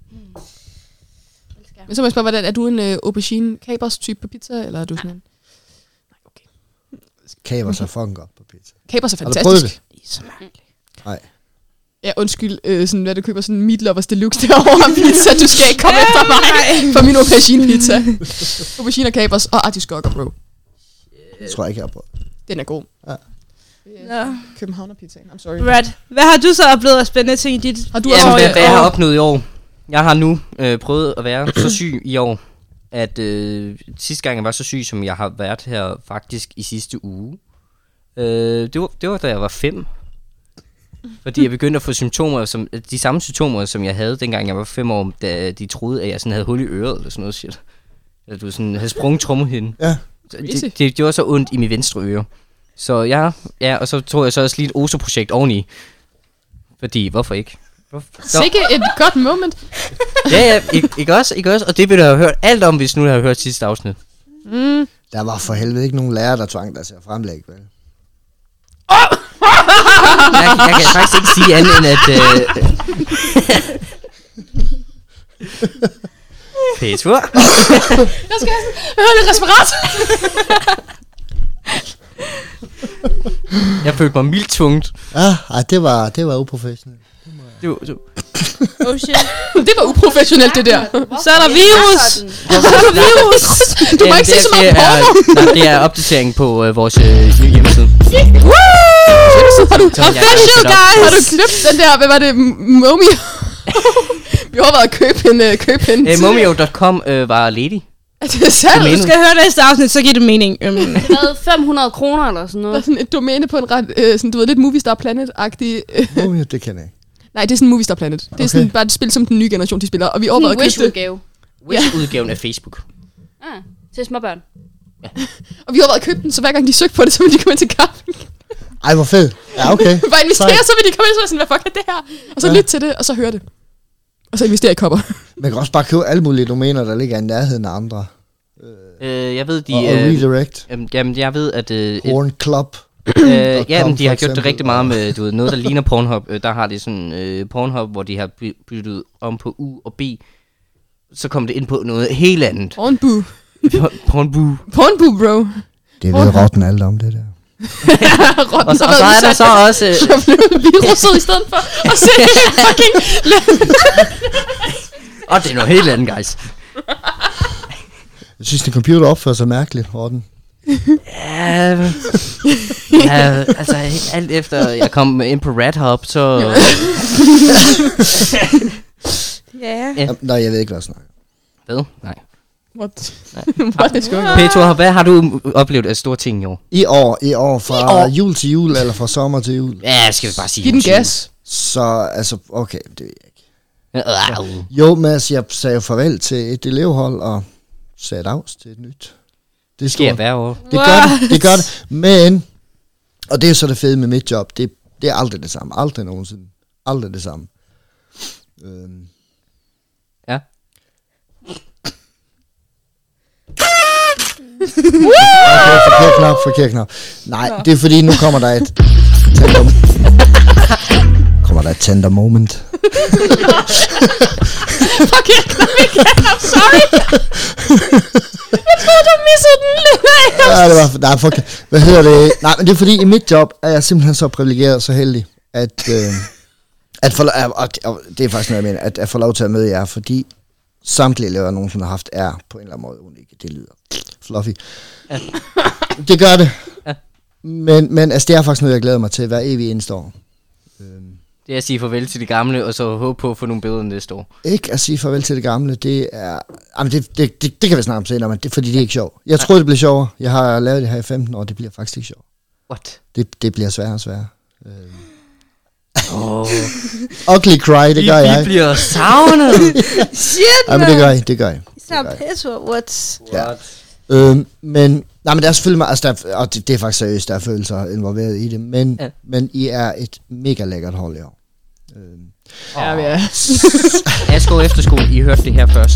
[SPEAKER 2] Men så må jeg spørge, hvordan, er du en øh, aubergine kapers type på pizza, eller er du sådan en... Nej, okay.
[SPEAKER 3] Kaber så fucking godt på pizza.
[SPEAKER 2] Kapers er
[SPEAKER 3] Har du prøvet
[SPEAKER 2] fantastisk.
[SPEAKER 3] det?
[SPEAKER 5] I er så mærkeligt.
[SPEAKER 3] Nej.
[SPEAKER 2] Ja, undskyld, øh, sådan, hvad du køber sådan en meatlovers deluxe derovre pizza. Du skal ikke komme efter mig for min aubergine pizza. Aubergine og kapers og artiskokker, bro.
[SPEAKER 3] Det tror jeg ikke, jeg har prøvet.
[SPEAKER 2] Den er god.
[SPEAKER 3] Ja.
[SPEAKER 5] Nå.
[SPEAKER 2] Københavner pizza. I'm sorry.
[SPEAKER 5] Brad, hvad har du så oplevet af spændende ting i dit...
[SPEAKER 2] Har du
[SPEAKER 1] Jamen,
[SPEAKER 2] også...
[SPEAKER 1] hvad, hvad jeg har opnået i år. Jeg har nu øh, prøvet at være så syg i år, at øh, sidste gang jeg var så syg, som jeg har været her faktisk i sidste uge. Øh, det, var, det var da jeg var fem. Fordi jeg begyndte at få symptomer, som, de samme symptomer, som jeg havde, dengang jeg var fem år, da de troede, at jeg sådan havde hul i øret, eller sådan noget shit. Eller du sådan havde sprunget trommehinden.
[SPEAKER 3] Ja.
[SPEAKER 1] Det, det, det var så ondt i mit venstre øre. Så ja, ja, og så tror jeg så også lige et O S O-projekt oveni. Fordi, hvorfor ikke? Hvorfor?
[SPEAKER 2] Sikke et godt moment.
[SPEAKER 1] Ja, ja, ikke, ikke også, ikke også? Og det vil du have hørt alt om, hvis nu har hørt sidste afsnit.
[SPEAKER 2] Mm.
[SPEAKER 3] Der var for helvede ikke nogen lærer, der tvang dig til at fremlægge, vel?
[SPEAKER 1] Jeg, jeg kan faktisk ikke sige andet end at... Øh, Petur.
[SPEAKER 2] Jeg skal høre lidt respirator.
[SPEAKER 1] Jeg følte mig mildt tvunget.
[SPEAKER 3] Ja, ej, det var, det var uprofessionelt.
[SPEAKER 1] Det var, det var.
[SPEAKER 5] Oh shit.
[SPEAKER 2] Det var uprofessionelt, det der.
[SPEAKER 5] Så er der virus. Så er der virus.
[SPEAKER 2] Du må ikke se så meget porno.
[SPEAKER 1] Nej, det er opdatering på øh, vores øh, nye hjemmeside.
[SPEAKER 2] Har du,
[SPEAKER 5] Official, guys.
[SPEAKER 2] har du købt den der, hvad var det, Momio? Vi overvejede at købe en, uh, købe en
[SPEAKER 1] Øh, Momio punktum com øh, var ledig.
[SPEAKER 2] Er det sandt?
[SPEAKER 5] Du skal høre næste afsnit, så giver det mening. Um.
[SPEAKER 4] Hvad, fem hundrede kroner eller sådan
[SPEAKER 2] Der er
[SPEAKER 4] noget?
[SPEAKER 2] sådan et domæne på en ret, øh, sådan, du ved, lidt Movie Star Planet-agtig. Øh.
[SPEAKER 3] Oh, ja, det kan jeg ikke.
[SPEAKER 2] Nej, det er sådan Movie Star Planet. Det er
[SPEAKER 3] Okay.
[SPEAKER 2] sådan bare et spil, som den nye generation, de spiller. Og vi
[SPEAKER 4] Sådan
[SPEAKER 2] overvejede
[SPEAKER 4] en
[SPEAKER 2] at købe det.
[SPEAKER 4] Wish-udgave.
[SPEAKER 1] Wish-udgaven af Facebook.
[SPEAKER 4] Ah, til småbørn.
[SPEAKER 2] Og vi overvejede at købe den, så hver gang de søgte på det, så ville de komme ind til kaffen.
[SPEAKER 3] Ej, hvor fedt. Ja, okay.
[SPEAKER 2] Bare investere,
[SPEAKER 3] Sejt.
[SPEAKER 2] så vil de komme ind og så være sådan, hvad fuck er det her? Og så
[SPEAKER 3] Ja.
[SPEAKER 2] lytte til det, og så høre det. Og så investere i kopper.
[SPEAKER 3] Man kan også bare købe alle mulige domæner, der ligger i nærheden af andre.
[SPEAKER 1] Øh, jeg ved, de...
[SPEAKER 3] Og, og
[SPEAKER 1] Øh,
[SPEAKER 3] redirect.
[SPEAKER 1] jamen, jamen, jeg ved, at... Øh, et,
[SPEAKER 3] Porn Club.
[SPEAKER 1] øh,
[SPEAKER 3] com,
[SPEAKER 1] jamen, de
[SPEAKER 3] for
[SPEAKER 1] har gjort det
[SPEAKER 3] eksempel,
[SPEAKER 1] rigtig meget
[SPEAKER 3] og-
[SPEAKER 1] med, du ved, noget, der ligner Pornhub. Øh, der har de sådan øh, Pornhub, hvor de har by- byttet om på U og B. Så kom det ind på noget helt andet.
[SPEAKER 2] Pornbu.
[SPEAKER 1] Pornbu.
[SPEAKER 2] Pornbu, bro.
[SPEAKER 3] Det ved rotten alt om det der.
[SPEAKER 2] Rotten
[SPEAKER 1] Og så, og
[SPEAKER 2] har
[SPEAKER 1] så
[SPEAKER 2] været
[SPEAKER 1] er der
[SPEAKER 2] udsat.
[SPEAKER 1] så også... Øh,
[SPEAKER 2] Der blev viruset i stedet for at se fucking...
[SPEAKER 1] og det er noget helt andet, guys.
[SPEAKER 3] Jeg synes, din computer opfører sig mærkeligt, rotten.
[SPEAKER 1] Ja, ja, altså alt efter jeg kom ind på Red Hub, så...
[SPEAKER 5] Ja.
[SPEAKER 1] Ja.
[SPEAKER 3] Nej, jeg ved ikke, hvad jeg snakker.
[SPEAKER 1] Hvad? Nej.
[SPEAKER 2] What? What is going on?
[SPEAKER 1] Petro, hvad har du oplevet af store ting i år?
[SPEAKER 3] I år, i år, fra
[SPEAKER 2] I år.
[SPEAKER 3] jul til jul, eller fra sommer til jul.
[SPEAKER 1] Ja, skal vi bare sige...
[SPEAKER 2] Giv den gas.
[SPEAKER 3] Så, altså, okay, det ved jeg ikke.
[SPEAKER 1] Ja.
[SPEAKER 3] Jo, men altså, jeg sagde jo farvel til et elevhold, og sagde afs til et nyt. Det
[SPEAKER 1] Det sker
[SPEAKER 3] stort.
[SPEAKER 1] hver år.
[SPEAKER 3] Det gør det, det gør det. Men, og det er jo så det fede med mit job, det, det er aldrig det samme. Aldrig nogensinde. Aldrig det samme. Øhm.
[SPEAKER 1] Ja.
[SPEAKER 3] Okay, forkert knap, forkert knap. Nej, Nå. det er fordi, nu kommer der et tender, kommer der et tender moment.
[SPEAKER 2] Fuck, jeg kan ikke. I'm sorry. Jeg troede, du missede den. Nej,
[SPEAKER 3] Ja, det var, nej, fuck. Hvad hedder det? Nej, men det er fordi, i mit job er jeg simpelthen så privilegeret, så heldig, at, øh, at få, og, og, og det er faktisk noget, jeg mener, at, at få lov til at møde jer, fordi samtlige elever, jeg nogensinde har haft, er på en eller anden måde unikke. Det lyder fluffy.
[SPEAKER 1] Ja.
[SPEAKER 3] Det gør det.
[SPEAKER 1] Ja.
[SPEAKER 3] Men, men altså, det er faktisk noget, jeg glæder mig til hver evig eneste år. Øhm,
[SPEAKER 1] Det er at sige farvel til de gamle, og så håbe på at få nogle bedre næste år.
[SPEAKER 3] ikke at sige farvel til det gamle, det er... Jamen, det, det, det, det kan vi snakke om senere, men det, fordi det er ikke sjovt. Jeg troede, det blev sjovere. Jeg har lavet det her i femten år, det bliver faktisk ikke sjovt.
[SPEAKER 1] What?
[SPEAKER 3] Det, det bliver sværere og sværere. Øhm.
[SPEAKER 1] Oh.
[SPEAKER 3] Ugly cry, det gør
[SPEAKER 1] vi,
[SPEAKER 3] jeg.
[SPEAKER 1] vi bliver savnet.
[SPEAKER 5] Shit,
[SPEAKER 3] Ja, men det gør jeg, det gør jeg.
[SPEAKER 5] Så Petro, what?
[SPEAKER 3] Ja. Øhm, men, nej, men der er selvfølgelig meget, altså der, og det, det er faktisk seriøst, der er følelser involveret i det, men,
[SPEAKER 1] Ja.
[SPEAKER 3] ja. men I er et mega lækkert hold i år. Øhm,
[SPEAKER 2] Ja, vi er.
[SPEAKER 1] Asko Efterskole, I hørte det her først.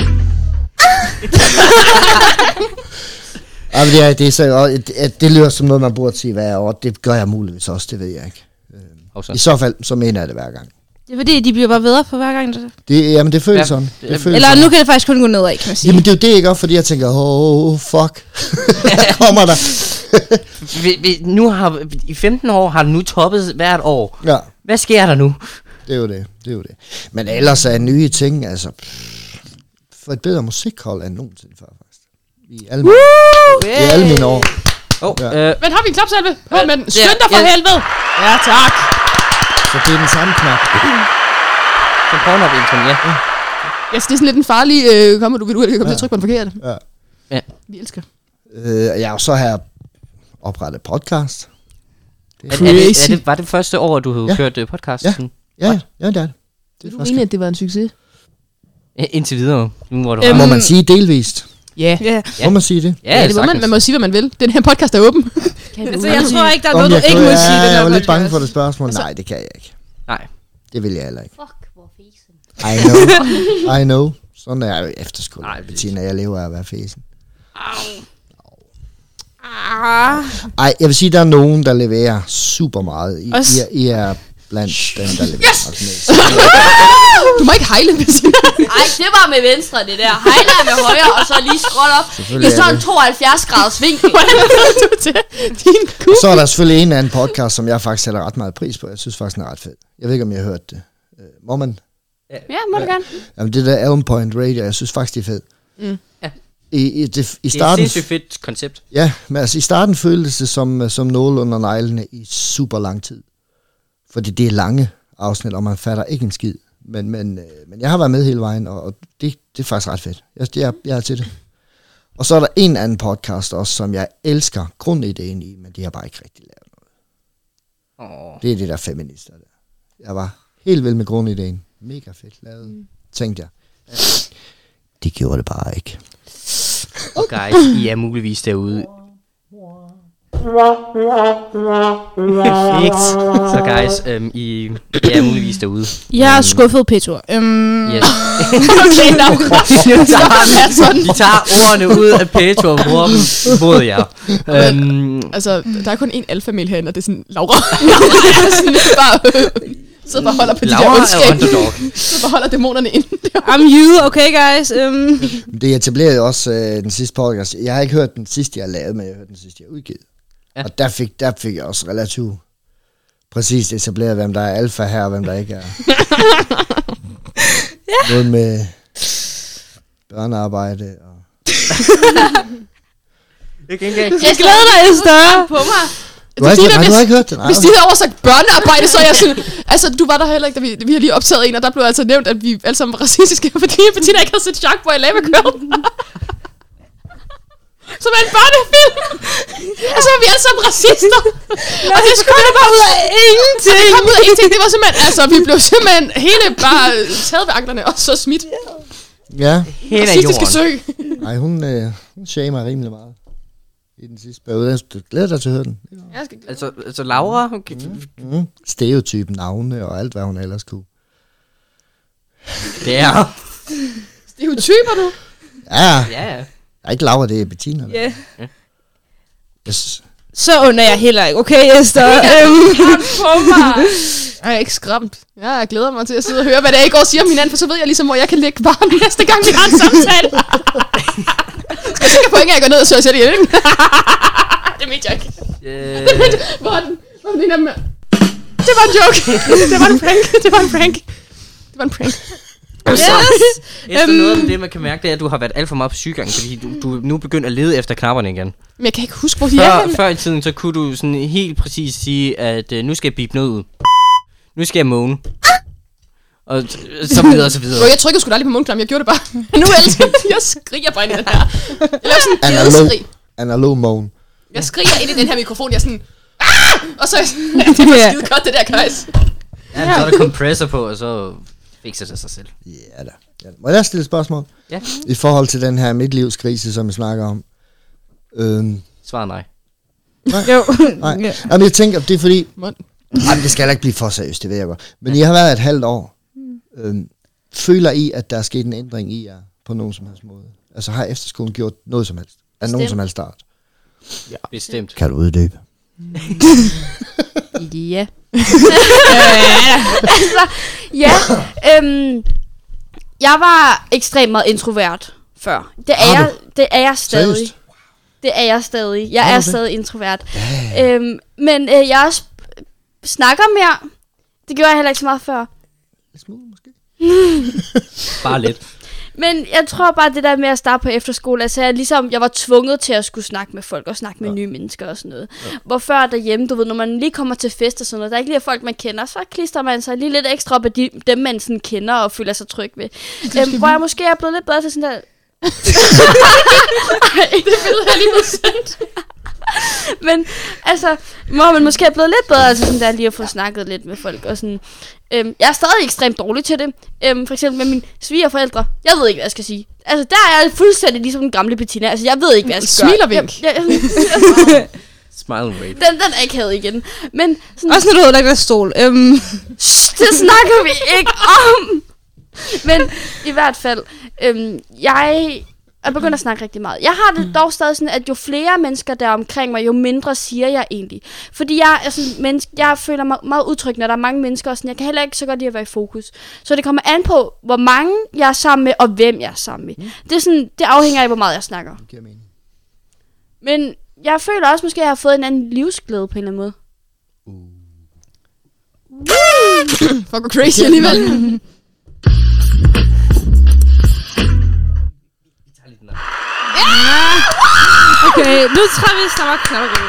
[SPEAKER 3] ja, men det, er, det, er så, og det, det lyder som noget, man burde sige hver år, det gør jeg muligvis også, det ved jeg ikke. Øhm,
[SPEAKER 1] Og så.
[SPEAKER 3] I så fald, så mener jeg det hver gang.
[SPEAKER 5] Det er fordi, de bliver bare bedre for hver gang. Det.
[SPEAKER 3] Det, jamen, det føles
[SPEAKER 1] Ja,
[SPEAKER 3] sådan.
[SPEAKER 1] det-
[SPEAKER 3] Det føles
[SPEAKER 5] Eller
[SPEAKER 3] sådan.
[SPEAKER 5] nu kan det faktisk kun gå nedad, kan man sige.
[SPEAKER 3] Jamen, det er jo det ikke også, fordi jeg tænker, oh, fuck. Kommer der.
[SPEAKER 1] Vi, vi, nu har, I femten år har den nu toppet hvert år.
[SPEAKER 3] Ja.
[SPEAKER 1] Hvad sker der nu?
[SPEAKER 3] Det er jo det, det er jo det. Men ellers er nye ting, altså... Pff, for et bedre musikhold end nogensinde før, faktisk. I alle, mine, i alle mine år.
[SPEAKER 1] Oh,
[SPEAKER 3] Ja.
[SPEAKER 1] ja. øh,
[SPEAKER 2] Men har vi en klapsalve? Hold med den.
[SPEAKER 1] Ja,
[SPEAKER 2] Skynd dig for
[SPEAKER 1] ja.
[SPEAKER 2] helvede. Ja, tak.
[SPEAKER 3] Så det er den samme knap.
[SPEAKER 1] som Pornhub introen, ja.
[SPEAKER 2] Ja, så det er sådan lidt en farlig... Øh, kommer du, vil du komme ja. til at trykke på den forkerte?
[SPEAKER 3] Ja.
[SPEAKER 1] Ja.
[SPEAKER 2] Vi elsker.
[SPEAKER 3] Øh, jeg er jo så her oprettet podcast. Det
[SPEAKER 1] Er,
[SPEAKER 3] er,
[SPEAKER 1] er, det,
[SPEAKER 2] Crazy.
[SPEAKER 1] er det, var det første år, du havde
[SPEAKER 3] Ja.
[SPEAKER 1] kørt uh, podcasten?
[SPEAKER 3] ja, ja, ja, det er det. Det
[SPEAKER 2] Er du
[SPEAKER 3] er
[SPEAKER 2] enig, at det var en succes?
[SPEAKER 1] Ja. Indtil videre. Nu hvor du
[SPEAKER 2] Øhm,
[SPEAKER 1] har.
[SPEAKER 3] Må man sige delvist?
[SPEAKER 2] Ja.
[SPEAKER 5] Ja.
[SPEAKER 1] Ja.
[SPEAKER 3] Må man sige det?
[SPEAKER 2] Ja, det må man, man må sige, hvad man vil. Den her podcast er åben.
[SPEAKER 5] Altså, jeg tror ikke, der er
[SPEAKER 3] Om
[SPEAKER 5] noget, du
[SPEAKER 3] jeg,
[SPEAKER 5] ikke
[SPEAKER 3] kunne-
[SPEAKER 5] må
[SPEAKER 3] ja,
[SPEAKER 5] sige. i den her
[SPEAKER 3] jeg var lidt
[SPEAKER 5] podcast.
[SPEAKER 3] bange for det spørgsmål.
[SPEAKER 2] Altså-
[SPEAKER 3] Nej, det kan jeg ikke.
[SPEAKER 1] Nej.
[SPEAKER 3] Det vil jeg heller ikke.
[SPEAKER 4] Fuck, hvor fesen.
[SPEAKER 3] I know. I know. Sådan er jeg jo efterskole.
[SPEAKER 1] Nej,
[SPEAKER 3] Bettina, jeg lever af at være fæsen.
[SPEAKER 5] Ah.
[SPEAKER 3] Ej, jeg vil sige, der er nogen, der leverer super meget. I,
[SPEAKER 5] Også-
[SPEAKER 3] I, er, I er blandt dem, der leverer yes! mest.
[SPEAKER 2] Du må ikke hejle, Bettina.
[SPEAKER 4] Ej, det var med venstre, det der. Highlight med højre, og så lige scroll op.
[SPEAKER 3] Selvfølgelig
[SPEAKER 4] I
[SPEAKER 3] er
[SPEAKER 4] sådan en
[SPEAKER 3] det.
[SPEAKER 4] tooghalvfjerds graders vinkel.
[SPEAKER 2] Hvordan ved du til din kub?
[SPEAKER 3] Så er der selvfølgelig en anden podcast, som jeg faktisk sætter ret meget pris på. Jeg synes faktisk, den er ret fed. Jeg ved ikke, om I har hørt det. Uh, må man?
[SPEAKER 4] Ja, må du gerne.
[SPEAKER 3] Jamen, det der Elm Point Radio, jeg synes faktisk, det er fedt.
[SPEAKER 2] Mm.
[SPEAKER 1] Ja.
[SPEAKER 3] I, i, det, i
[SPEAKER 1] Det er et
[SPEAKER 3] starten,
[SPEAKER 1] sindssygt fedt koncept.
[SPEAKER 3] ja, men altså i starten føltes det som, som nåle under neglene i super lang tid. Fordi det er lange afsnit, og man fatter ikke en skid. Men, men, øh, men jeg har været med hele vejen, og, og det, det er faktisk ret fedt. Jeg, jeg, jeg er til det. Og så er der en anden podcast også, som jeg elsker grundideen i, men de har bare ikke rigtig lavet noget.
[SPEAKER 1] Oh.
[SPEAKER 3] Det er det der feminister der. Jeg var helt vild med grundideen. Mega fedt lavet, mm. tænkte jeg. De gjorde det bare ikke.
[SPEAKER 1] Og guys, I er muligvis derude. Perfekt. Så guys, øhm, I, I er muligvis derude.
[SPEAKER 5] Jeg er skuffet, Petro. Um,
[SPEAKER 1] Yes.
[SPEAKER 2] Okay, now.
[SPEAKER 1] Vi tager ordene ud af Petro og bruger dem mod jer. Øhm,
[SPEAKER 2] Altså, der er kun én alfamil herinde, og det er sådan Laura. Laura er sådan bare... Øh, sidder bare og holder på de der
[SPEAKER 1] Laura er
[SPEAKER 2] ondskab.
[SPEAKER 1] underdog.
[SPEAKER 2] Sidder bare og holder dæmonerne ind.
[SPEAKER 5] I'm you, okay guys? Um,
[SPEAKER 3] Det etablerede også øh, den sidste podcast. Jeg har ikke hørt den sidste, jeg lavede, men jeg har hørt den sidste, jeg udgivet.
[SPEAKER 1] Ja.
[SPEAKER 3] Og der fik, der fik jeg også relativt præcist etableret, hvem der er alfa her, og hvem der ikke er. Ja. Noget med børnearbejde og...
[SPEAKER 1] Jeg kan ikke
[SPEAKER 5] jeg glæder dig, Esther.
[SPEAKER 4] På mig.
[SPEAKER 3] Du har, ikke,
[SPEAKER 2] Bettina,
[SPEAKER 3] nej, du har
[SPEAKER 2] hvis-
[SPEAKER 3] ikke hørt den? Nej,
[SPEAKER 2] Hvis de havde oversagt børnearbejde, så er jeg sådan... Altså, du var der heller ikke, da vi, vi har lige optaget en, og der blev altså nævnt, at vi alle sammen var racistiske, fordi Bettina ikke havde set Sharkboy Lava Girl. Som er en børnefilm. Og så var vi alle sammen racister. Og det skulle bare ud af ingenting. Det kom ud af ingenting. Det var simpelthen... Altså, vi blev simpelthen hele bare taget ved anklerne og så smidt.
[SPEAKER 3] Ja,
[SPEAKER 1] hen af
[SPEAKER 2] Racistiske
[SPEAKER 1] jorden.
[SPEAKER 2] sø.
[SPEAKER 3] nej, hun, øh, hun shamer rimelig meget i den sidste periode. Jeg glæder dig til at høre den.
[SPEAKER 2] Jeg skal...
[SPEAKER 1] Altså, altså Laura, okay.
[SPEAKER 3] Mm. Stereotypen, navne og alt, hvad hun ellers kunne.
[SPEAKER 1] Det er.
[SPEAKER 2] Stereotyper, du.
[SPEAKER 3] Ja,
[SPEAKER 1] Ja.
[SPEAKER 3] jeg er ikke Laura, det er Bettina.
[SPEAKER 5] Yeah.
[SPEAKER 3] Yes.
[SPEAKER 5] Så under jeg heller ikke, okay Esther? Um,
[SPEAKER 4] På mig.
[SPEAKER 2] Jeg er ikke skræmt. Jeg glæder mig til at sidde og høre, hvad det er, I går og siger om hinanden, for så ved jeg ligesom, hvor jeg kan ligge varm næste gang, vi har en samtale. Skal jeg sikkert point, at jeg går ned og søger til det ihjel, ikke? Det mente jeg ikke.
[SPEAKER 1] Øh,
[SPEAKER 2] Hvor er den? Hvor er den ene af dem her? Det var en joke. Det var en prank. Det var en prank. Det var en prank.
[SPEAKER 5] yes.
[SPEAKER 1] efter noget af det, man kan mærke, det er, at du har været alt for meget på sygegang, fordi du, du er nu begyndt at lede efter knapperne igen.
[SPEAKER 2] Men jeg kan ikke huske, hvor de er
[SPEAKER 1] Før,
[SPEAKER 2] henne.
[SPEAKER 1] før i tiden, så kunne du sådan helt præcis sige, at øh, nu skal jeg bippe noget ud. Nu skal jeg måne. Og t- så videre og så videre.
[SPEAKER 2] Bro, jeg trykkede sgu da aldrig på mundklam, jeg gjorde det bare. Nu er alle sammen, jeg skriger bare ind i den her. Jeg laver sådan en
[SPEAKER 3] Analog,
[SPEAKER 2] gædeskrig.
[SPEAKER 3] analog moan.
[SPEAKER 2] Jeg skriger ind i den her mikrofon, jeg er sådan... Ah! Og så er jeg sådan, ja, det var
[SPEAKER 5] Ja.
[SPEAKER 2] skide godt, det der, guys.
[SPEAKER 1] Ja, så er der compressor på, og så fikser det sig selv.
[SPEAKER 3] Ja da. Ja, må jeg stille et spørgsmål?
[SPEAKER 1] Ja.
[SPEAKER 3] I forhold til den her midtlivskrise, som vi snakker om. Øhm,
[SPEAKER 1] Svaret nej.
[SPEAKER 5] Jo.
[SPEAKER 3] nej.
[SPEAKER 5] Ja.
[SPEAKER 3] Jamen, jeg tænker, det er fordi...
[SPEAKER 2] Mund.
[SPEAKER 3] Jamen, det skal heller ikke blive for seriøst, det ved jeg godt. Men I har været et halvt år. Øhm, føler I, at der er sket en ændring i jer på nogen som helst måde? Altså, har efterskolen gjort noget som helst? Er nogen
[SPEAKER 4] Bestemt.
[SPEAKER 3] som helst start?
[SPEAKER 1] Ja, bestemt.
[SPEAKER 3] Kan du uddybe?
[SPEAKER 4] Ja. altså, ja. Øhm, jeg var ekstremt meget introvert før. Det er,
[SPEAKER 3] Har
[SPEAKER 4] jeg, det er jeg stadig.
[SPEAKER 3] Seriøst?
[SPEAKER 4] Det er jeg stadig. Jeg
[SPEAKER 3] Har
[SPEAKER 4] er
[SPEAKER 3] du det?
[SPEAKER 4] stadig introvert. Øhm, men øh, jeg også snakker mere. Det gjorde jeg heller ikke så meget før.
[SPEAKER 3] Lidt smule, måske?
[SPEAKER 1] Bare lidt.
[SPEAKER 4] Men jeg tror bare, det der med at starte på efterskole, altså jeg, ligesom, jeg var tvunget til at skulle snakke med folk og snakke med ja. nye mennesker og sådan noget. Ja. Hvor før derhjemme, du ved, når man lige kommer til fest og sådan noget, der er ikke lige folk, man kender, så klister man sig lige lidt ekstra op af de, dem, man sådan kender og føler sig tryg ved. Øhm, hvor jeg måske er blevet lidt bedre til sådan der... Ej, det billede her lige blevet sendt. Men altså, hvor man måske er blevet lidt bedre til sådan der lige at få snakket lidt med folk og sådan. Øhm, jeg er stadig ekstremt dårlig til det. Øhm, for eksempel med mine svigerforældre. Jeg ved ikke, hvad jeg skal sige. Altså, der er jeg fuldstændig ligesom den gamle Bettina. Altså, jeg ved ikke, hvad jeg skal
[SPEAKER 2] Smiler
[SPEAKER 4] gøre.
[SPEAKER 2] vink.
[SPEAKER 4] Jeg, jeg,
[SPEAKER 1] Smile and wave.
[SPEAKER 4] den, den er ikke havde igen. Men sådan,
[SPEAKER 5] Også når du ødelægger deres stol. Um,
[SPEAKER 4] Shh, det snakker vi ikke om. Men i hvert fald, øhm, jeg er begyndt at snakke rigtig meget. Jeg har det dog stadig sådan, at jo flere mennesker der er omkring mig, jo mindre siger jeg egentlig. Fordi jeg er sådan menneske, jeg føler mig meget utryg, når der er mange mennesker, og sådan, jeg kan heller ikke så godt lide at være i fokus. Så det kommer an på, hvor mange jeg er sammen med, og hvem jeg er sammen med. Det, er sådan, det afhænger af, hvor meget jeg snakker.
[SPEAKER 3] Det giver mening.
[SPEAKER 4] Men jeg føler også, måske, at jeg har fået en anden livsglæde på en eller anden måde.
[SPEAKER 2] Fuck, gå crazy alligevel.
[SPEAKER 5] nu tror vi snart knap.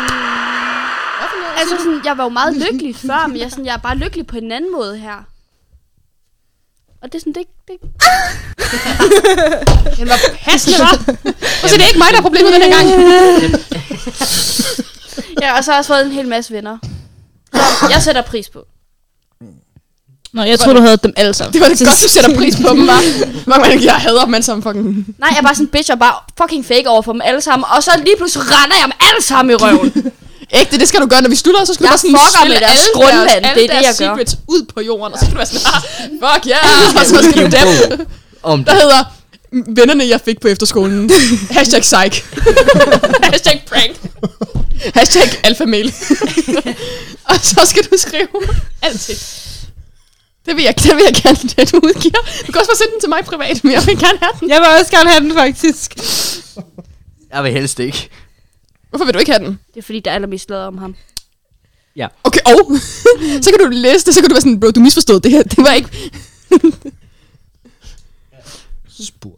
[SPEAKER 4] Altså sådan, jeg var jo meget lykkelig før, men jeg, sådan, jeg er bare lykkelig på en anden måde her. Og det er sådan, det... det...
[SPEAKER 2] Den var passende, hva'? Og så det er ikke mig, der er problemet den her gang.
[SPEAKER 4] Ja, og så har jeg også fået en hel masse venner. Så jeg sætter pris på.
[SPEAKER 5] Nå, jeg tror du havde dem alle sammen.
[SPEAKER 2] Det var det godt, du sætter pris på dem, hva'? Hvor mange jeg hader dem alle sammen fucking...
[SPEAKER 4] Nej, jeg er bare sådan en bitch og bare fucking fake over for dem alle sammen. Og så lige pludselig render jeg dem alle sammen i røven.
[SPEAKER 2] Ægte, det skal du gøre, når vi slutter, så skal
[SPEAKER 4] jeg
[SPEAKER 2] du bare sådan
[SPEAKER 4] fucker
[SPEAKER 2] spille
[SPEAKER 4] med deres
[SPEAKER 2] alle
[SPEAKER 4] grundvand,
[SPEAKER 2] deres, alle
[SPEAKER 4] det er det,
[SPEAKER 2] deres
[SPEAKER 4] jeg gør.
[SPEAKER 2] secrets ud på jorden, og så skal du være sådan, ah, fuck yeah, og så skal du dem.
[SPEAKER 1] Om
[SPEAKER 2] Der hedder, vennerne jeg fik på efterskolen, hashtag psych, hashtag prank, hashtag alfamail, og så skal du skrive altid. Det vil jeg, det vil jeg gerne, at du udgiver. Du kan også bare sende den til mig privat, men jeg vil gerne have den.
[SPEAKER 5] Jeg vil også gerne have den, faktisk.
[SPEAKER 1] Jeg vil helst ikke.
[SPEAKER 2] Hvorfor vil du ikke have den?
[SPEAKER 4] Det er fordi, der er allermest lavet om ham.
[SPEAKER 1] Ja.
[SPEAKER 2] Okay, og så kan du læse det, så kan du være sådan, bro, du misforstod det her. Det var ikke...
[SPEAKER 3] Spurt.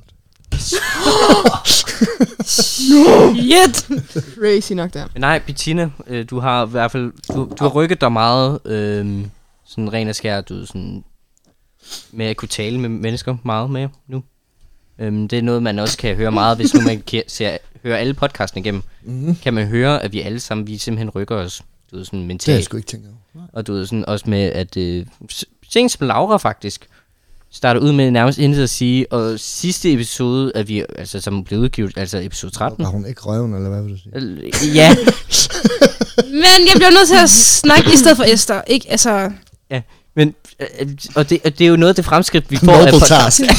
[SPEAKER 5] Shit.
[SPEAKER 2] Crazy nok der.
[SPEAKER 1] Men nej, Bettina, øh, du har i hvert fald, du, du har rykket dig meget, øh, sådan ren og skær, du ved, sådan, med at kunne tale med mennesker meget mere nu. Øhm, det er noget, man også kan høre meget, hvis nu man kan, ser, hører alle podcasten igennem. Mm-hmm. Kan man høre, at vi alle sammen, vi simpelthen rykker os, du ved, sådan mentalt.
[SPEAKER 3] Det har jeg sgu ikke tænkt over.
[SPEAKER 1] Og du ved, sådan også med, at øh, ting som Laura faktisk starter ud med nærmest intet at sige, og sidste episode, at vi, altså som blev udgivet, altså episode tretten.
[SPEAKER 3] Var hun ikke røven, eller hvad vil du sige?
[SPEAKER 1] Øh, ja.
[SPEAKER 5] Men jeg bliver nødt til at snakke i stedet for Esther, ikke? Altså...
[SPEAKER 1] Ja, men, øh, og, det, og det er jo noget af det fremskridt, vi får af
[SPEAKER 3] Noble
[SPEAKER 1] podcast.
[SPEAKER 3] task.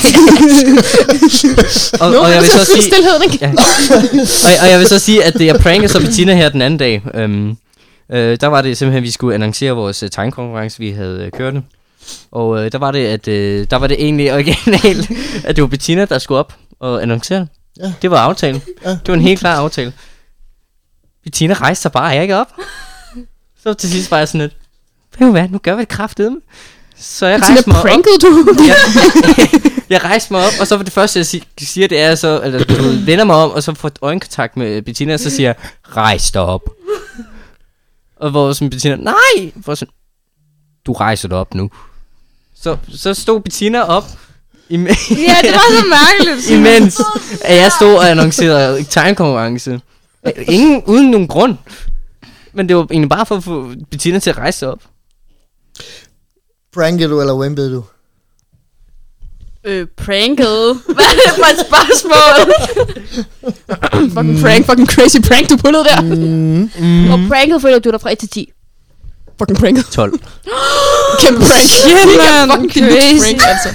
[SPEAKER 1] og, og jeg vil så sige,
[SPEAKER 2] Stilheden, ikke?
[SPEAKER 1] ja. og, og jeg vil så sige, at jeg prankede så Bettina her den anden dag. Øhm, øh, der var det simpelthen, at vi skulle annoncere vores uh, tegnkonkurrence, vi havde uh, kørt. Og øh, der var det, at øh, der var det egentlig originalt, at det var Bettina, der skulle op og annoncere det.
[SPEAKER 3] Ja.
[SPEAKER 1] Det var aftalen.
[SPEAKER 3] Ja.
[SPEAKER 1] Det var en helt klar aftale. Bettina rejste sig bare ikke op. Så til sidst var jeg sådan lidt, ved du hvad, nu gør vi det kraftedeme. Så jeg rejste mig op.
[SPEAKER 2] Prankede du?
[SPEAKER 1] jeg, jeg, jeg rejste mig op, og så for det første, jeg siger, det er så, eller du ved, vender mig om, og så får øjenkontakt med Bettina, og så siger jeg, rejs dig op. Og hvor sådan Bettina, nej! Hvor sådan, du rejser dig op nu. Så, så stod Bettina op. Im-
[SPEAKER 5] Ja, det var så mærkeligt.
[SPEAKER 1] imens at jeg stod og annoncerede tegnkonkurrence. Ingen, uden nogen grund. Men det var egentlig bare for at få Bettina til at rejse sig op.
[SPEAKER 3] Prankede du, eller wimpede du?
[SPEAKER 4] Øh, pranket. Hvad er det for et spørgsmål?
[SPEAKER 2] Fucking prank, fucking crazy prank, du pullede der.
[SPEAKER 3] Mm.
[SPEAKER 1] Mm.
[SPEAKER 4] Og pranket føler du dig fra et til ti.
[SPEAKER 2] Fucking pranket.
[SPEAKER 1] tolv.
[SPEAKER 2] Kæmpe prank.
[SPEAKER 5] Shit, man.
[SPEAKER 2] Fucking kæmpe
[SPEAKER 5] Crazy.
[SPEAKER 2] prank, altså.